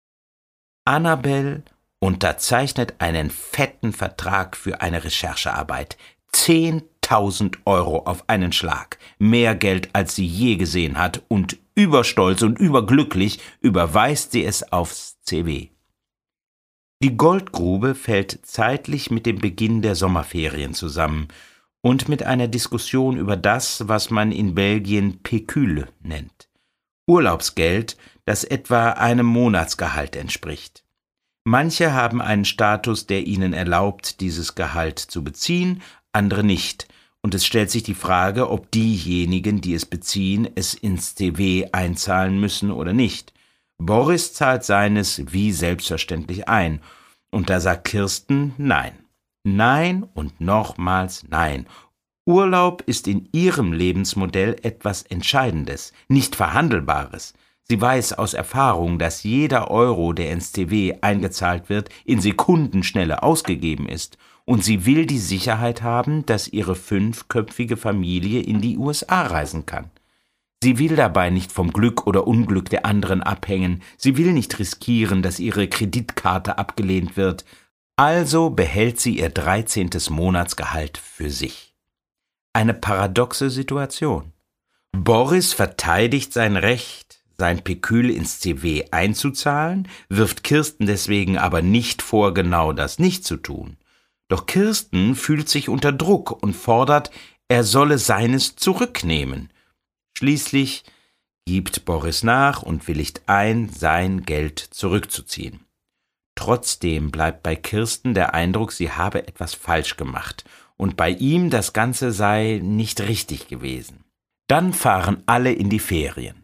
Annabelle unterzeichnet einen fetten Vertrag für eine Recherchearbeit. zehntausend Euro auf einen Schlag, mehr Geld als sie je gesehen hat, und überstolz und überglücklich überweist sie es aufs C W. Die Goldgrube fällt zeitlich mit dem Beginn der Sommerferien zusammen und mit einer Diskussion über das, was man in Belgien Pécule nennt. Urlaubsgeld, das etwa einem Monatsgehalt entspricht. Manche haben einen Status, der ihnen erlaubt, dieses Gehalt zu beziehen, andere nicht. Und es stellt sich die Frage, ob diejenigen, die es beziehen, es ins C W einzahlen müssen oder nicht. Boris zahlt seines wie selbstverständlich ein. Und da sagt Kirsten Nein. Nein und nochmals Nein. Urlaub ist in ihrem Lebensmodell etwas Entscheidendes, nicht Verhandelbares. Sie weiß aus Erfahrung, dass jeder Euro, der ins C W eingezahlt wird, in Sekundenschnelle ausgegeben ist. Und sie will die Sicherheit haben, dass ihre fünfköpfige Familie in die U S A reisen kann. Sie will dabei nicht vom Glück oder Unglück der anderen abhängen. Sie will nicht riskieren, dass ihre Kreditkarte abgelehnt wird. Also behält sie ihr dreizehntes Monatsgehalt für sich. Eine paradoxe Situation. Boris verteidigt sein Recht, sein Pekül ins C W einzuzahlen, wirft Kirsten deswegen aber nicht vor, genau das nicht zu tun. Doch Kirsten fühlt sich unter Druck und fordert, er solle seines zurücknehmen. Schließlich gibt Boris nach und willigt ein, sein Geld zurückzuziehen. Trotzdem bleibt bei Kirsten der Eindruck, sie habe etwas falsch gemacht und bei ihm das Ganze sei nicht richtig gewesen. Dann fahren alle in die Ferien.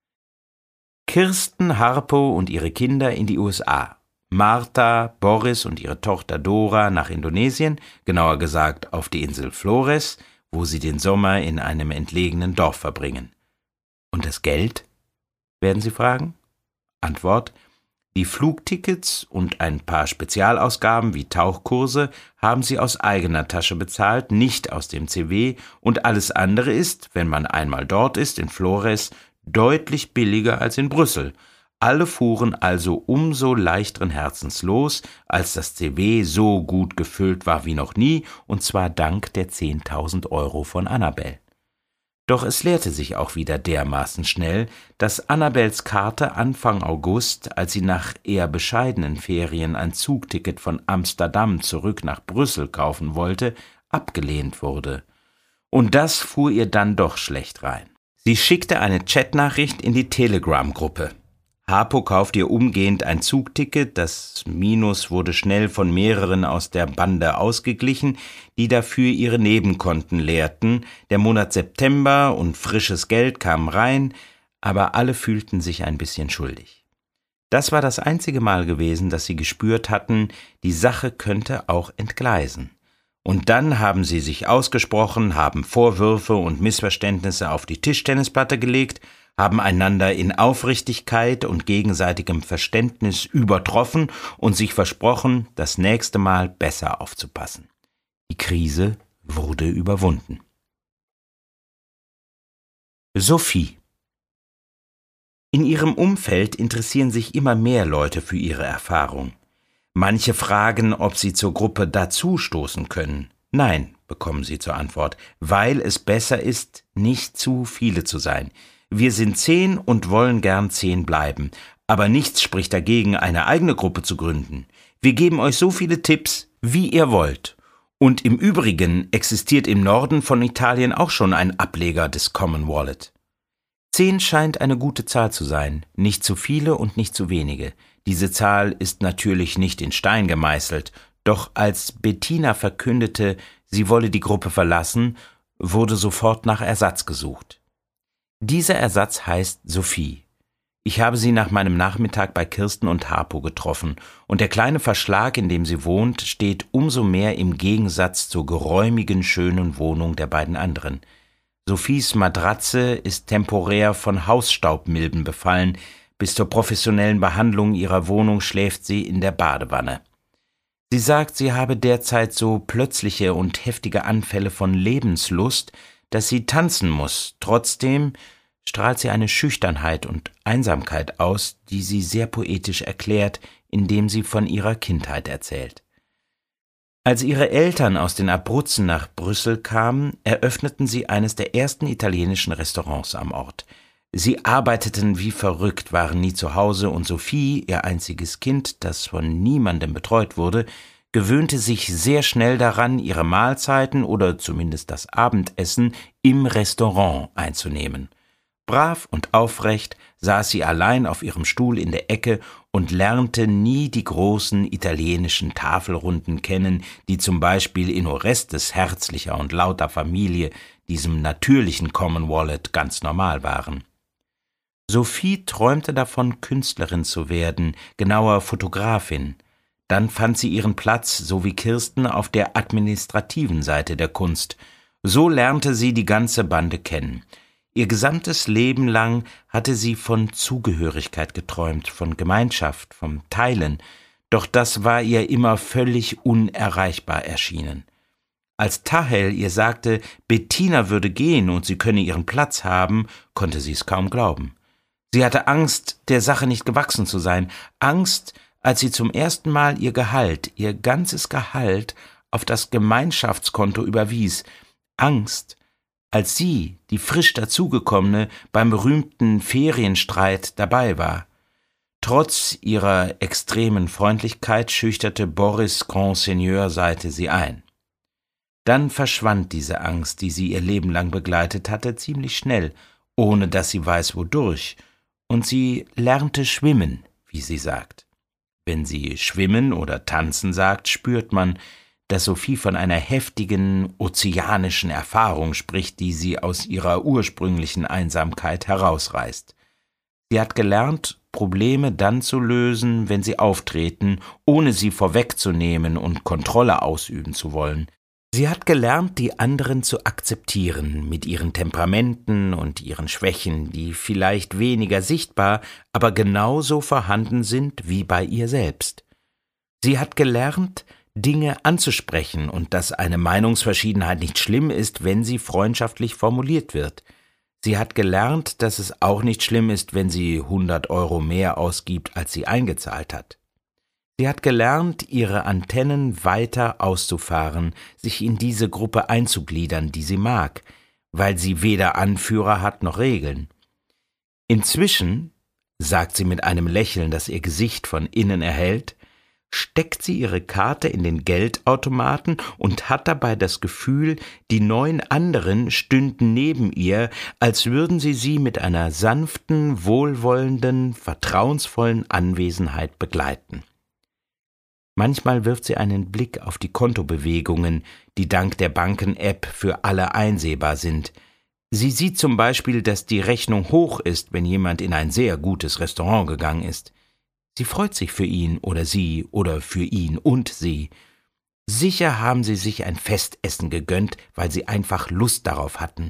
Kirsten, Harpo und ihre Kinder in die U S A. Martha, Boris und ihre Tochter Dora nach Indonesien, genauer gesagt auf die Insel Flores, wo sie den Sommer in einem entlegenen Dorf verbringen. Und das Geld? Werden Sie fragen? Antwort: Die Flugtickets und ein paar Spezialausgaben wie Tauchkurse haben sie aus eigener Tasche bezahlt, nicht aus dem C W, und alles andere ist, wenn man einmal dort ist, in Flores, deutlich billiger als in Brüssel. Alle fuhren also umso leichteren Herzens los, als das C W so gut gefüllt war wie noch nie, und zwar dank der zehntausend Euro von Annabel. Doch es leerte sich auch wieder dermaßen schnell, dass Annabels Karte Anfang August, als sie nach eher bescheidenen Ferien ein Zugticket von Amsterdam zurück nach Brüssel kaufen wollte, abgelehnt wurde. Und das fuhr ihr dann doch schlecht rein. Sie schickte eine Chatnachricht in die Telegram-Gruppe. Harpo kauft ihr umgehend ein Zugticket, das Minus wurde schnell von mehreren aus der Bande ausgeglichen, die dafür ihre Nebenkonten leerten, der Monat September und frisches Geld kamen rein, aber alle fühlten sich ein bisschen schuldig. Das war das einzige Mal gewesen, dass sie gespürt hatten, die Sache könnte auch entgleisen. Und dann haben sie sich ausgesprochen, haben Vorwürfe und Missverständnisse auf die Tischtennisplatte gelegt, haben einander in Aufrichtigkeit und gegenseitigem Verständnis übertroffen und sich versprochen, das nächste Mal besser aufzupassen. Die Krise wurde überwunden. Sophie. In ihrem Umfeld interessieren sich immer mehr Leute für ihre Erfahrung. Manche fragen, ob sie zur Gruppe dazustoßen können. Nein, bekommen sie zur Antwort, weil es besser ist, nicht zu viele zu sein. Wir sind zehn und wollen gern zehn bleiben, aber nichts spricht dagegen, eine eigene Gruppe zu gründen. Wir geben euch so viele Tipps, wie ihr wollt. Und im Übrigen existiert im Norden von Italien auch schon ein Ableger des Common Wallet. Zehn scheint eine gute Zahl zu sein, nicht zu viele und nicht zu wenige. Diese Zahl ist natürlich nicht in Stein gemeißelt, doch als Bettina verkündete, sie wolle die Gruppe verlassen, wurde sofort nach Ersatz gesucht. Dieser Ersatz heißt Sophie. Ich habe sie nach meinem Nachmittag bei Kirsten und Harpo getroffen, und der kleine Verschlag, in dem sie wohnt, steht umso mehr im Gegensatz zur geräumigen, schönen Wohnung der beiden anderen. Sophies Matratze ist temporär von Hausstaubmilben befallen, bis zur professionellen Behandlung ihrer Wohnung schläft sie in der Badewanne. Sie sagt, sie habe derzeit so plötzliche und heftige Anfälle von Lebenslust, dass sie tanzen muss. Trotzdem strahlt sie eine Schüchternheit und Einsamkeit aus, die sie sehr poetisch erklärt, indem sie von ihrer Kindheit erzählt. Als ihre Eltern aus den Abruzzen nach Brüssel kamen, eröffneten sie eines der ersten italienischen Restaurants am Ort. Sie arbeiteten wie verrückt, waren nie zu Hause, und Sophie, ihr einziges Kind, das von niemandem betreut wurde, gewöhnte sich sehr schnell daran, ihre Mahlzeiten oder zumindest das Abendessen im Restaurant einzunehmen. Brav und aufrecht saß sie allein auf ihrem Stuhl in der Ecke und lernte nie die großen italienischen Tafelrunden kennen, die zum Beispiel in Orestes herzlicher und lauter Familie, diesem natürlichen Common Wallet, ganz normal waren. Sophie träumte davon, Künstlerin zu werden, genauer Fotografin. Dann fand sie ihren Platz, so wie Kirsten, auf der administrativen Seite der Kunst. So lernte sie die ganze Bande kennen. Ihr gesamtes Leben lang hatte sie von Zugehörigkeit geträumt, von Gemeinschaft, vom Teilen, doch das war ihr immer völlig unerreichbar erschienen. Als Tahel ihr sagte, Bettina würde gehen und sie könne ihren Platz haben, konnte sie es kaum glauben. Sie hatte Angst, der Sache nicht gewachsen zu sein, Angst, als sie zum ersten Mal ihr Gehalt, ihr ganzes Gehalt, auf das Gemeinschaftskonto überwies. Angst, als sie, die frisch dazugekommene, beim berühmten Ferienstreit dabei war. Trotz ihrer extremen Freundlichkeit schüchterte Boris' Grand Seigneur-Seite sie ein. Dann verschwand diese Angst, die sie ihr Leben lang begleitet hatte, ziemlich schnell, ohne dass sie weiß wodurch, und sie lernte schwimmen, wie sie sagt. Wenn sie schwimmen oder tanzen sagt, spürt man, dass Sophie von einer heftigen, ozeanischen Erfahrung spricht, die sie aus ihrer ursprünglichen Einsamkeit herausreißt. Sie hat gelernt, Probleme dann zu lösen, wenn sie auftreten, ohne sie vorwegzunehmen und Kontrolle ausüben zu wollen. Sie hat gelernt, die anderen zu akzeptieren, mit ihren Temperamenten und ihren Schwächen, die vielleicht weniger sichtbar, aber genauso vorhanden sind wie bei ihr selbst. Sie hat gelernt, Dinge anzusprechen und dass eine Meinungsverschiedenheit nicht schlimm ist, wenn sie freundschaftlich formuliert wird. Sie hat gelernt, dass es auch nicht schlimm ist, wenn sie hundert Euro mehr ausgibt, als sie eingezahlt hat. Sie hat gelernt, ihre Antennen weiter auszufahren, sich in diese Gruppe einzugliedern, die sie mag, weil sie weder Anführer hat noch Regeln. Inzwischen, sagt sie mit einem Lächeln, das ihr Gesicht von innen erhellt, steckt sie ihre Karte in den Geldautomaten und hat dabei das Gefühl, die neun anderen stünden neben ihr, als würden sie sie mit einer sanften, wohlwollenden, vertrauensvollen Anwesenheit begleiten. Manchmal wirft sie einen Blick auf die Kontobewegungen, die dank der Banken-App für alle einsehbar sind. Sie sieht zum Beispiel, dass die Rechnung hoch ist, wenn jemand in ein sehr gutes Restaurant gegangen ist. Sie freut sich für ihn oder sie oder für ihn und sie. Sicher haben sie sich ein Festessen gegönnt, weil sie einfach Lust darauf hatten.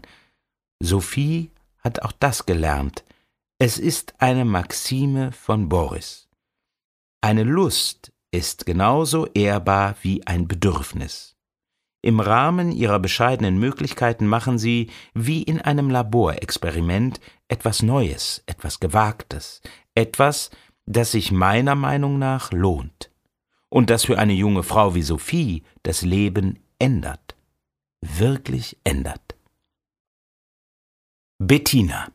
Sophie hat auch das gelernt. Es ist eine Maxime von Boris. Eine Lust ist genauso ehrbar wie ein Bedürfnis. Im Rahmen ihrer bescheidenen Möglichkeiten machen sie, wie in einem Laborexperiment, etwas Neues, etwas Gewagtes, etwas, das sich meiner Meinung nach lohnt und das für eine junge Frau wie Sophie das Leben ändert, wirklich ändert. Bettina.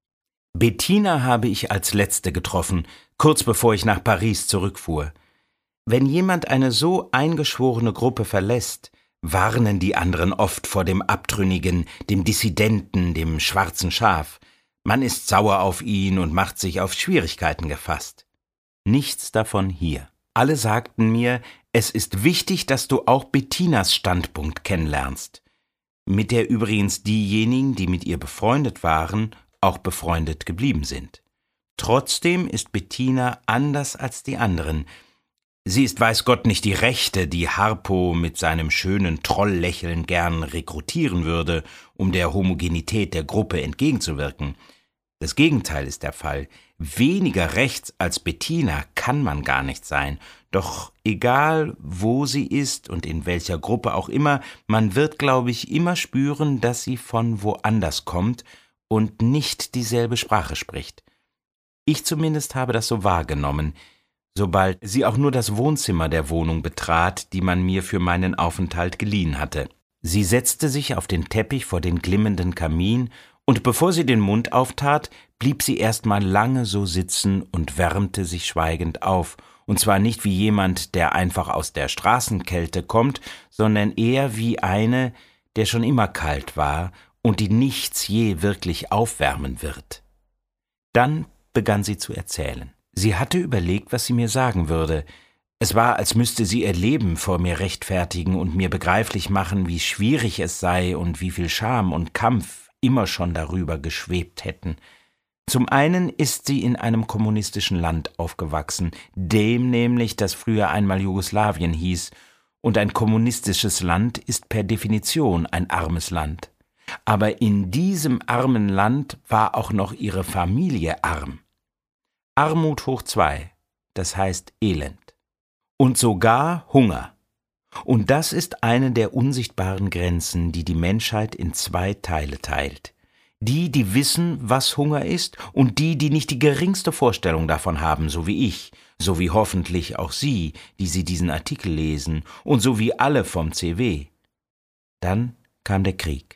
Bettina habe ich als Letzte getroffen, kurz bevor ich nach Paris zurückfuhr. Wenn jemand eine so eingeschworene Gruppe verlässt, warnen die anderen oft vor dem Abtrünnigen, dem Dissidenten, dem schwarzen Schaf. Man ist sauer auf ihn und macht sich auf Schwierigkeiten gefasst. Nichts davon hier. Alle sagten mir, es ist wichtig, dass du auch Bettinas Standpunkt kennenlernst, mit der übrigens diejenigen, die mit ihr befreundet waren, auch befreundet geblieben sind. Trotzdem ist Bettina anders als die anderen. Sie ist weiß Gott nicht die Rechte, die Harpo mit seinem schönen Trolllächeln gern rekrutieren würde, um der Homogenität der Gruppe entgegenzuwirken. Das Gegenteil ist der Fall. Weniger rechts als Bettina kann man gar nicht sein. Doch egal, wo sie ist und in welcher Gruppe auch immer, man wird, glaube ich, immer spüren, dass sie von woanders kommt und nicht dieselbe Sprache spricht. Ich zumindest habe das so wahrgenommen, sobald sie auch nur das Wohnzimmer der Wohnung betrat, die man mir für meinen Aufenthalt geliehen hatte. Sie setzte sich auf den Teppich vor den glimmenden Kamin, und bevor sie den Mund auftat, blieb sie erst mal lange so sitzen und wärmte sich schweigend auf, und zwar nicht wie jemand, der einfach aus der Straßenkälte kommt, sondern eher wie eine, der schon immer kalt war und die nichts je wirklich aufwärmen wird. Dann begann sie zu erzählen. Sie hatte überlegt, was sie mir sagen würde. Es war, als müsste sie ihr Leben vor mir rechtfertigen und mir begreiflich machen, wie schwierig es sei und wie viel Scham und Kampf immer schon darüber geschwebt hätten. Zum einen ist sie in einem kommunistischen Land aufgewachsen, dem nämlich, das früher einmal Jugoslawien hieß, und ein kommunistisches Land ist per Definition ein armes Land. Aber in diesem armen Land war auch noch ihre Familie arm. Armut hoch zwei, das heißt Elend. Und sogar Hunger. Und das ist eine der unsichtbaren Grenzen, die die Menschheit in zwei Teile teilt. Die, die wissen, was Hunger ist, und die, die nicht die geringste Vorstellung davon haben, so wie ich, so wie hoffentlich auch Sie, die Sie diesen Artikel lesen, und so wie alle vom C W. Dann kam der Krieg.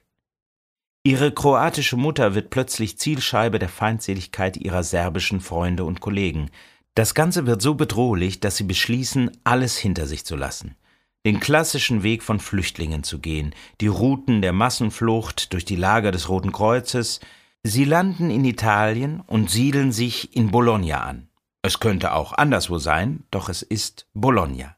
Ihre kroatische Mutter wird plötzlich Zielscheibe der Feindseligkeit ihrer serbischen Freunde und Kollegen. Das Ganze wird so bedrohlich, dass sie beschließen, alles hinter sich zu lassen. Den klassischen Weg von Flüchtlingen zu gehen, die Routen der Massenflucht durch die Lager des Roten Kreuzes. Sie landen in Italien und siedeln sich in Bologna an. Es könnte auch anderswo sein, doch es ist Bologna.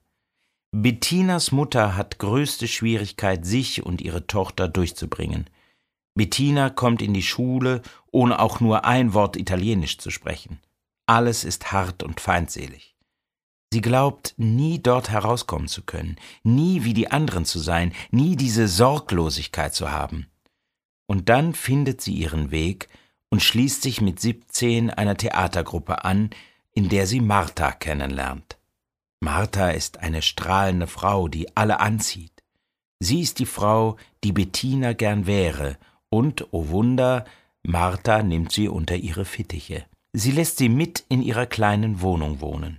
Bettinas Mutter hat größte Schwierigkeit, sich und ihre Tochter durchzubringen. Bettina kommt in die Schule, ohne auch nur ein Wort Italienisch zu sprechen. Alles ist hart und feindselig. Sie glaubt, nie dort herauskommen zu können, nie wie die anderen zu sein, nie diese Sorglosigkeit zu haben. Und dann findet sie ihren Weg und schließt sich mit siebzehn einer Theatergruppe an, in der sie Marta kennenlernt. Marta ist eine strahlende Frau, die alle anzieht. Sie ist die Frau, die Bettina gern wäre, und, oh Wunder, Marta nimmt sie unter ihre Fittiche. Sie lässt sie mit in ihrer kleinen Wohnung wohnen.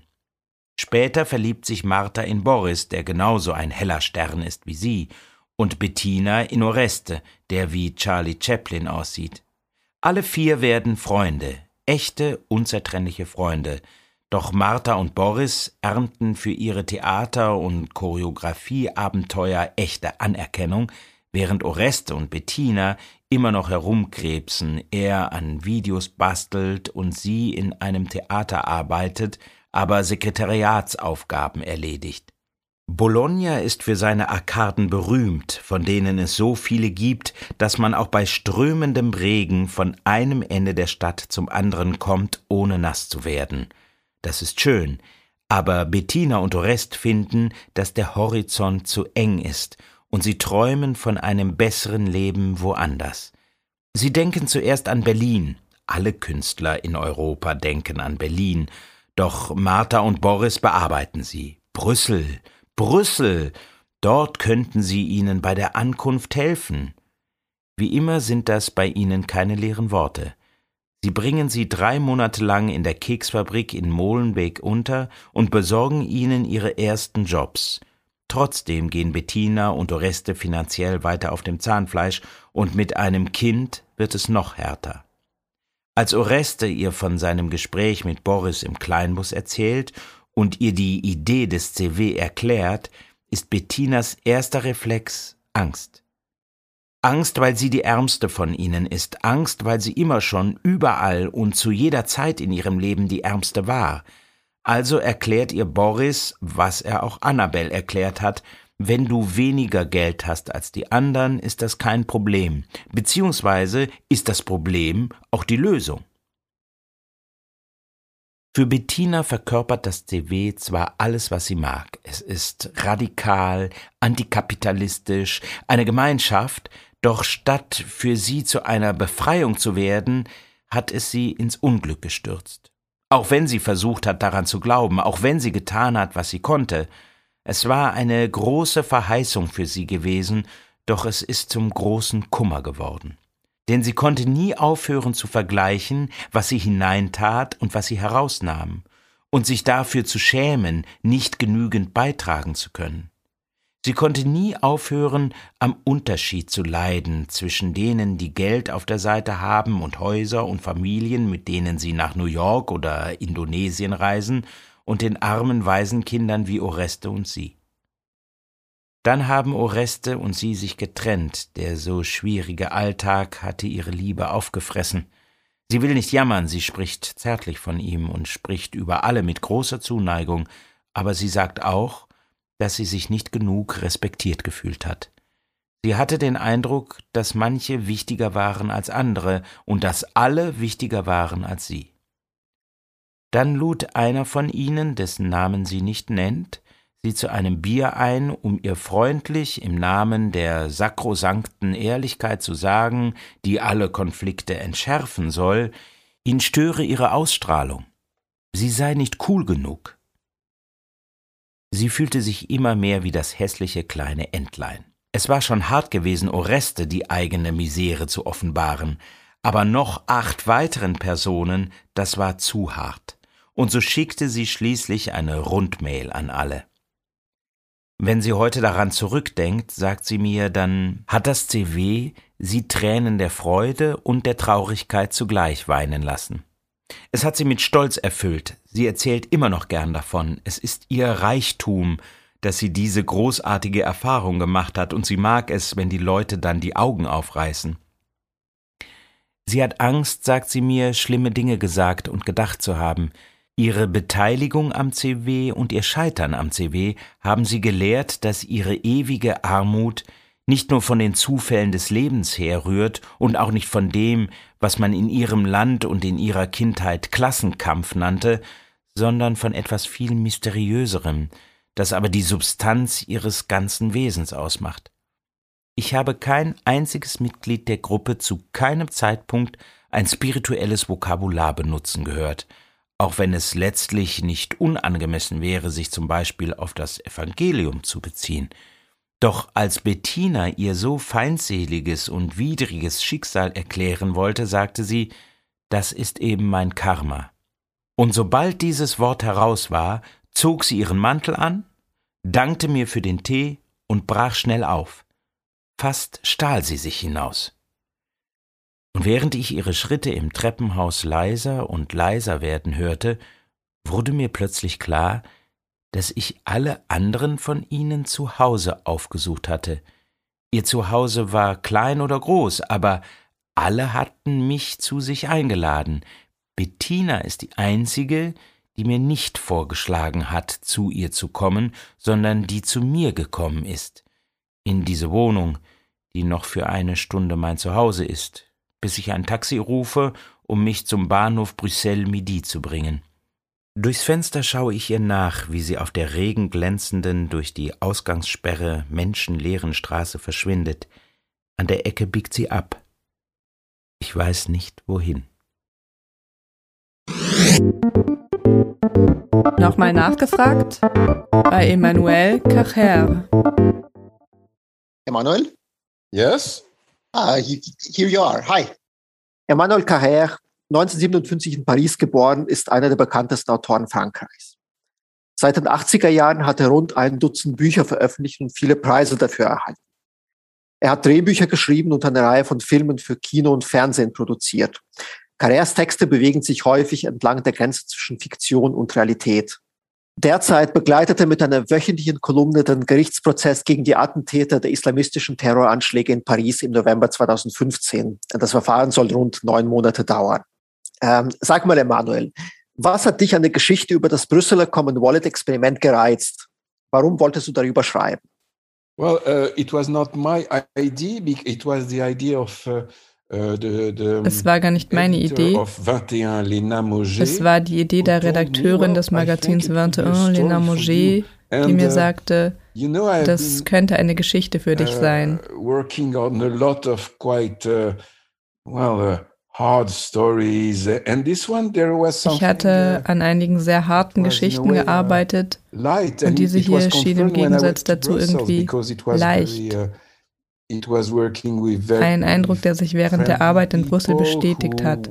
Später verliebt sich Marta in Boris, der genauso ein heller Stern ist wie sie, und Bettina in Oreste, der wie Charlie Chaplin aussieht. Alle vier werden Freunde, echte, unzertrennliche Freunde. Doch Marta und Boris ernten für ihre Theater- und Choreografieabenteuer echte Anerkennung, während Oreste und Bettina immer noch herumkrebsen, er an Videos bastelt und sie in einem Theater arbeitet, aber Sekretariatsaufgaben erledigt. Bologna ist für seine Arkaden berühmt, von denen es so viele gibt, dass man auch bei strömendem Regen von einem Ende der Stadt zum anderen kommt, ohne nass zu werden. Das ist schön, aber Bettina und Oreste finden, dass der Horizont zu eng ist, und sie träumen von einem besseren Leben woanders. Sie denken zuerst an Berlin. Alle Künstler in Europa denken an Berlin. Doch Marta und Boris bearbeiten sie. Brüssel, Brüssel, dort könnten sie ihnen bei der Ankunft helfen. Wie immer sind das bei ihnen keine leeren Worte. Sie bringen sie drei Monate lang in der Keksfabrik in Molenbeek unter und besorgen ihnen ihre ersten Jobs. Trotzdem gehen Bettina und Oreste finanziell weiter auf dem Zahnfleisch, und mit einem Kind wird es noch härter. Als Oreste ihr von seinem Gespräch mit Boris im Kleinbus erzählt und ihr die Idee des C W erklärt, ist Bettinas erster Reflex Angst. Angst, weil sie die Ärmste von ihnen ist, Angst, weil sie immer schon überall und zu jeder Zeit in ihrem Leben die Ärmste war. Also erklärt ihr Boris, was er auch Annabel erklärt hat: Wenn du weniger Geld hast als die anderen, ist das kein Problem, beziehungsweise ist das Problem auch die Lösung. Für Bettina verkörpert das C W zwar alles, was sie mag. Es ist radikal, antikapitalistisch, eine Gemeinschaft, doch statt für sie zu einer Befreiung zu werden, hat es sie ins Unglück gestürzt. Auch wenn sie versucht hat, daran zu glauben, auch wenn sie getan hat, was sie konnte. Es war eine große Verheißung für sie gewesen, doch es ist zum großen Kummer geworden. Denn sie konnte nie aufhören zu vergleichen, was sie hineintat und was sie herausnahm, und sich dafür zu schämen, nicht genügend beitragen zu können. Sie konnte nie aufhören, am Unterschied zu leiden zwischen denen, die Geld auf der Seite haben und Häuser und Familien, mit denen sie nach New York oder Indonesien reisen, und den armen Waisenkindern wie Oreste und sie. Dann haben Oreste und sie sich getrennt, der so schwierige Alltag hatte ihre Liebe aufgefressen. Sie will nicht jammern, sie spricht zärtlich von ihm und spricht über alle mit großer Zuneigung, aber sie sagt auch, dass sie sich nicht genug respektiert gefühlt hat. Sie hatte den Eindruck, dass manche wichtiger waren als andere und dass alle wichtiger waren als sie. Dann lud einer von ihnen, dessen Namen sie nicht nennt, sie zu einem Bier ein, um ihr freundlich im Namen der sakrosankten Ehrlichkeit zu sagen, die alle Konflikte entschärfen soll, ihn störe ihre Ausstrahlung. Sie sei nicht cool genug. Sie fühlte sich immer mehr wie das hässliche kleine Entlein. Es war schon hart gewesen, Oreste die eigene Misere zu offenbaren, aber noch acht weiteren Personen, das war zu hart. Und so schickte sie schließlich eine Rundmail an alle. Wenn sie heute daran zurückdenkt, sagt sie mir, dann hat das C W sie Tränen der Freude und der Traurigkeit zugleich weinen lassen. Es hat sie mit Stolz erfüllt, sie erzählt immer noch gern davon, es ist ihr Reichtum, dass sie diese großartige Erfahrung gemacht hat, und sie mag es, wenn die Leute dann die Augen aufreißen. Sie hat Angst, sagt sie mir, schlimme Dinge gesagt und gedacht zu haben. Ihre Beteiligung am C W und ihr Scheitern am C W haben sie gelehrt, dass ihre ewige Armut nicht nur von den Zufällen des Lebens herrührt und auch nicht von dem, was man in ihrem Land und in ihrer Kindheit Klassenkampf nannte, sondern von etwas viel Mysteriöserem, das aber die Substanz ihres ganzen Wesens ausmacht. Ich habe kein einziges Mitglied der Gruppe zu keinem Zeitpunkt ein spirituelles Vokabular benutzen gehört, auch wenn es letztlich nicht unangemessen wäre, sich zum Beispiel auf das Evangelium zu beziehen. Doch als Bettina ihr so feindseliges und widriges Schicksal erklären wollte, sagte sie, das ist eben mein Karma. Und sobald dieses Wort heraus war, zog sie ihren Mantel an, dankte mir für den Tee und brach schnell auf. Fast stahl sie sich hinaus. Und während ich ihre Schritte im Treppenhaus leiser und leiser werden hörte, wurde mir plötzlich klar, dass ich alle anderen von ihnen zu Hause aufgesucht hatte. Ihr Zuhause war klein oder groß, aber alle hatten mich zu sich eingeladen. Bettina ist die einzige, die mir nicht vorgeschlagen hat, zu ihr zu kommen, sondern die zu mir gekommen ist, in diese Wohnung, die noch für eine Stunde mein Zuhause ist, bis ich ein Taxi rufe, um mich zum Bahnhof Brüssel-Midi zu bringen. Durchs Fenster schaue ich ihr nach, wie sie auf der regenglänzenden, durch die Ausgangssperre menschenleeren Straße verschwindet. An der Ecke biegt sie ab. Ich weiß nicht, wohin. Nochmal nachgefragt bei Emmanuel Carrère. Emmanuel? Yes? Ah, here you are. Hi. Emmanuel Carrère, neunzehnhundertsiebenundfünfzig in Paris geboren, ist einer der bekanntesten Autoren Frankreichs. Seit den achtziger Jahren hat er rund ein Dutzend Bücher veröffentlicht und viele Preise dafür erhalten. Er hat Drehbücher geschrieben und eine Reihe von Filmen für Kino und Fernsehen produziert. Carrères Texte bewegen sich häufig entlang der Grenze zwischen Fiktion und Realität. Derzeit begleitet er mit einer wöchentlichen Kolumne den Gerichtsprozess gegen die Attentäter der islamistischen Terroranschläge in Paris im November zweitausendfünfzehn. Das Verfahren soll rund neun Monate dauern. Ähm, sag mal, Emmanuel, was hat dich an der Geschichte über das Brüsseler Common Wallet Experiment gereizt? Warum wolltest du darüber schreiben? Well, uh, it was not my idea. It was the idea of uh, uh, the, the Es war gar nicht meine Idee. Es war die Idee der Redakteurin des Magazins vingt et un, Lena Mauger, die mir sagte, das könnte eine Geschichte für dich sein. Working on a lot of quite uh, well. Uh, Hard stories. And this one, there was something, ich hatte an einigen sehr harten Geschichten gearbeitet und diese hier schien im Gegensatz dazu irgendwie leicht. Ein Eindruck, der sich während der Arbeit in Brüssel bestätigt hat.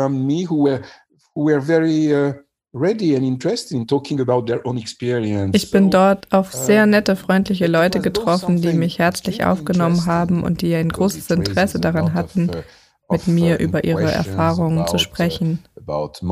Ich bin dort auf sehr nette, freundliche Leute getroffen, die mich herzlich aufgenommen haben und die ein großes Interesse daran hatten, mit mir über ihre Erfahrungen zu sprechen. Es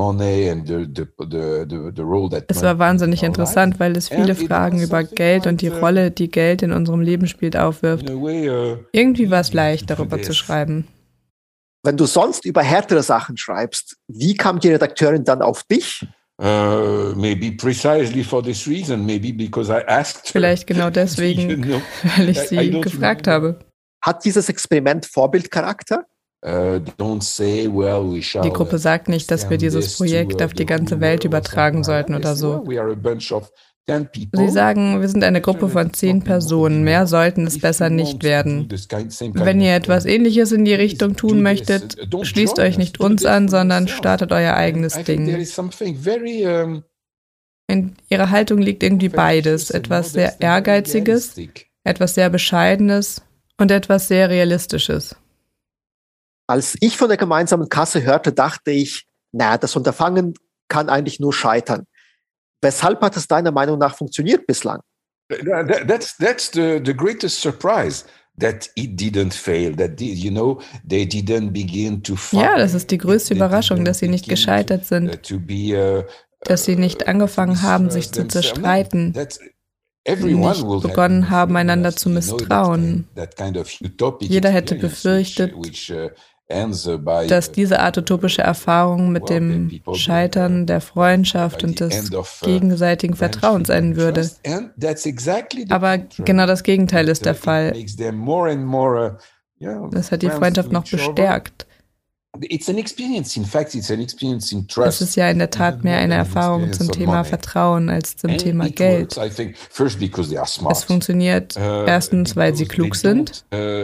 war wahnsinnig interessant, weil es viele Fragen über Geld und die Rolle, die Geld in unserem Leben spielt, aufwirft. Irgendwie war es leicht, darüber zu schreiben. Wenn du sonst über härtere Sachen schreibst, wie kam die Redakteurin dann auf dich? Uh, maybe precisely for this reason, maybe because I asked her. Vielleicht genau deswegen, weil ich sie gefragt habe. Hat dieses Experiment Vorbildcharakter? Uh, don't say, well, we shall, die Gruppe sagt nicht, dass wir dieses Projekt auf die ganze Welt übertragen sollten oder so. Sie sagen, wir sind eine Gruppe von zehn Personen, mehr sollten es besser nicht werden. Wenn ihr etwas Ähnliches in die Richtung tun möchtet, schließt euch nicht uns an, sondern startet euer eigenes Ding. In ihrer Haltung liegt irgendwie beides, etwas sehr Ehrgeiziges, etwas sehr Bescheidenes und etwas sehr Realistisches. Als ich von der gemeinsamen Kasse hörte, dachte ich, naja, das Unterfangen kann eigentlich nur scheitern. Weshalb hat es deiner Meinung nach funktioniert bislang? That, that's that's the, the greatest surprise. That it didn't fail, that, you know, they didn't begin to fight. Ja, das ist die größte Überraschung, dass sie nicht gescheitert sind, dass sie nicht angefangen haben, sich zu zerstreiten, nicht begonnen haben, einander zu misstrauen. Jeder hätte befürchtet, dass diese Art utopische Erfahrung mit dem Scheitern der Freundschaft und des gegenseitigen Vertrauens enden würde. Aber genau das Gegenteil ist der Fall. Das hat die Freundschaft noch bestärkt. Es ist ja in der Tat mehr eine Erfahrung zum Thema Vertrauen als zum Thema Geld. Es funktioniert erstens, weil sie klug sind,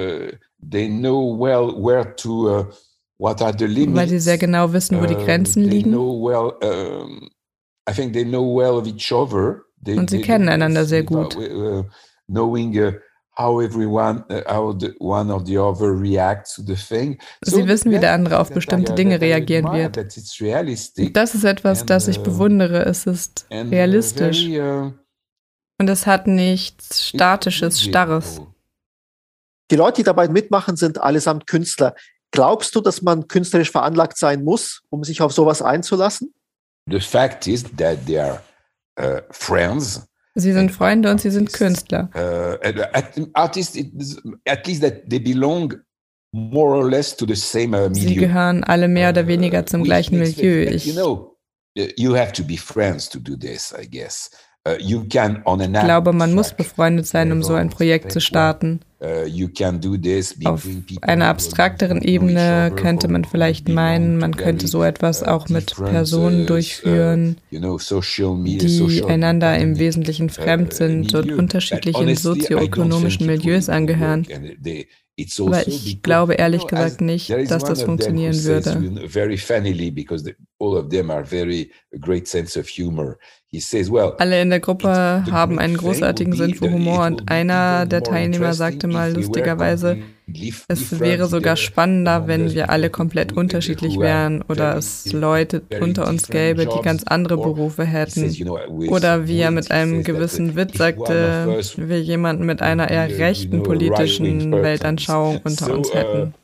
weil sie sehr genau wissen, wo die Grenzen liegen. Und sie kennen einander sehr gut. Sie wissen, wie der andere auf bestimmte Dinge reagieren wird. Das ist etwas, das ich bewundere. Es ist realistisch. Und es hat nichts Statisches, Starres. Die Leute, die dabei mitmachen, sind allesamt Künstler. Glaubst du, dass man künstlerisch veranlagt sein muss, um sich auf sowas einzulassen? The fact is that they are uh, friends. Sie sind Freunde und sie sind Künstler. Uh, artists, at least that they belong more or less to the same uh, milieu. Sie gehören alle mehr oder weniger zum gleichen Milieu. Ich you know, you have to be friends to do this, I guess. Uh, you can on an Ich glaube, man muss befreundet sein, um so ein Projekt zu starten. Auf einer abstrakteren Ebene könnte man vielleicht meinen, man könnte so etwas auch mit Personen durchführen, die einander im Wesentlichen fremd sind und unterschiedlichen sozioökonomischen Milieus angehören. Aber ich glaube ehrlich gesagt nicht, dass das funktionieren würde. Alle in der Gruppe haben einen großartigen Sinn für Humor und einer der Teilnehmer sagte mal lustigerweise, es wäre sogar spannender, wenn wir alle komplett unterschiedlich wären oder es Leute unter uns gäbe, die ganz andere Berufe hätten. Oder wie er mit einem gewissen Witz sagte, wir jemanden mit einer eher rechten politischen Weltanschauung unter uns hätten.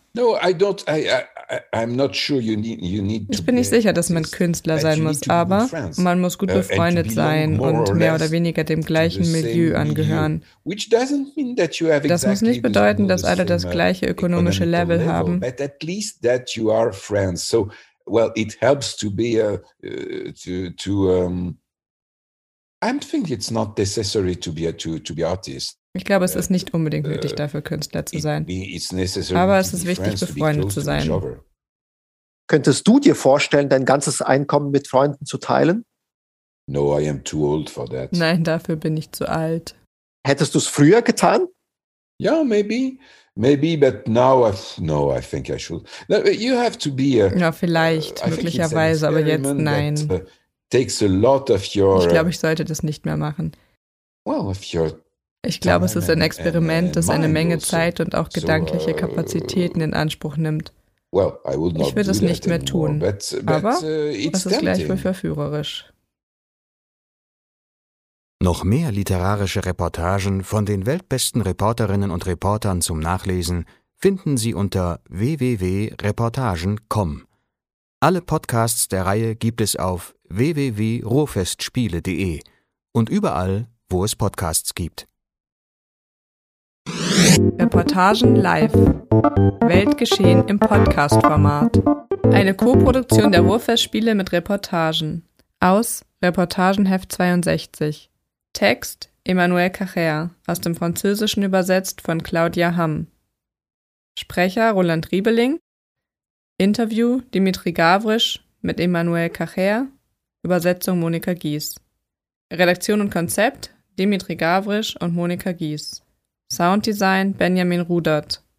Ich bin nicht sicher, dass man Künstler sein muss, aber man muss gut befreundet sein und mehr oder weniger dem gleichen Milieu angehören. Das muss nicht bedeuten, dass alle das gleiche ökonomische Level haben. Ich glaube, es ist nicht unbedingt nötig, dafür Künstler zu sein. Aber es ist wichtig, befreundet zu sein. Könntest du dir vorstellen, dein ganzes Einkommen mit Freunden zu teilen? No, I am too old for that. Nein, dafür bin ich zu alt. Hättest du es früher getan? Yeah, maybe. Maybe, but now, I, no, I think I should. You have to be a, ja, vielleicht, uh, möglicherweise, aber jetzt nein. That, uh, takes a lot of your, ich glaube, ich sollte das nicht mehr machen. Well, if you're Ich glaube, es ist ein Experiment, das eine Menge Zeit und auch gedankliche Kapazitäten in Anspruch nimmt. Ich würde es nicht mehr tun, aber es ist gleichwohl verführerisch. Noch mehr literarische Reportagen von den weltbesten Reporterinnen und Reportern zum Nachlesen finden Sie unter w w w punkt reportagen punkt com. Alle Podcasts der Reihe gibt es auf w w w punkt ruhrfestspiele punkt de und überall, wo es Podcasts gibt. Reportagen live. Weltgeschehen im Podcast-Format. Eine Co-Produktion der Ruhrfestspiele mit Reportagen. Aus Reportagenheft zweiundsechzig. Text Emmanuel Carrère, aus dem Französischen übersetzt von Claudia Hamm. Sprecher Roland Riebeling. Interview Dimitri Gavrisch mit Emmanuel Carrère. Übersetzung Monika Gies. Redaktion und Konzept Dimitri Gavrisch und Monika Gies. Sounddesign Benjamin Rudert.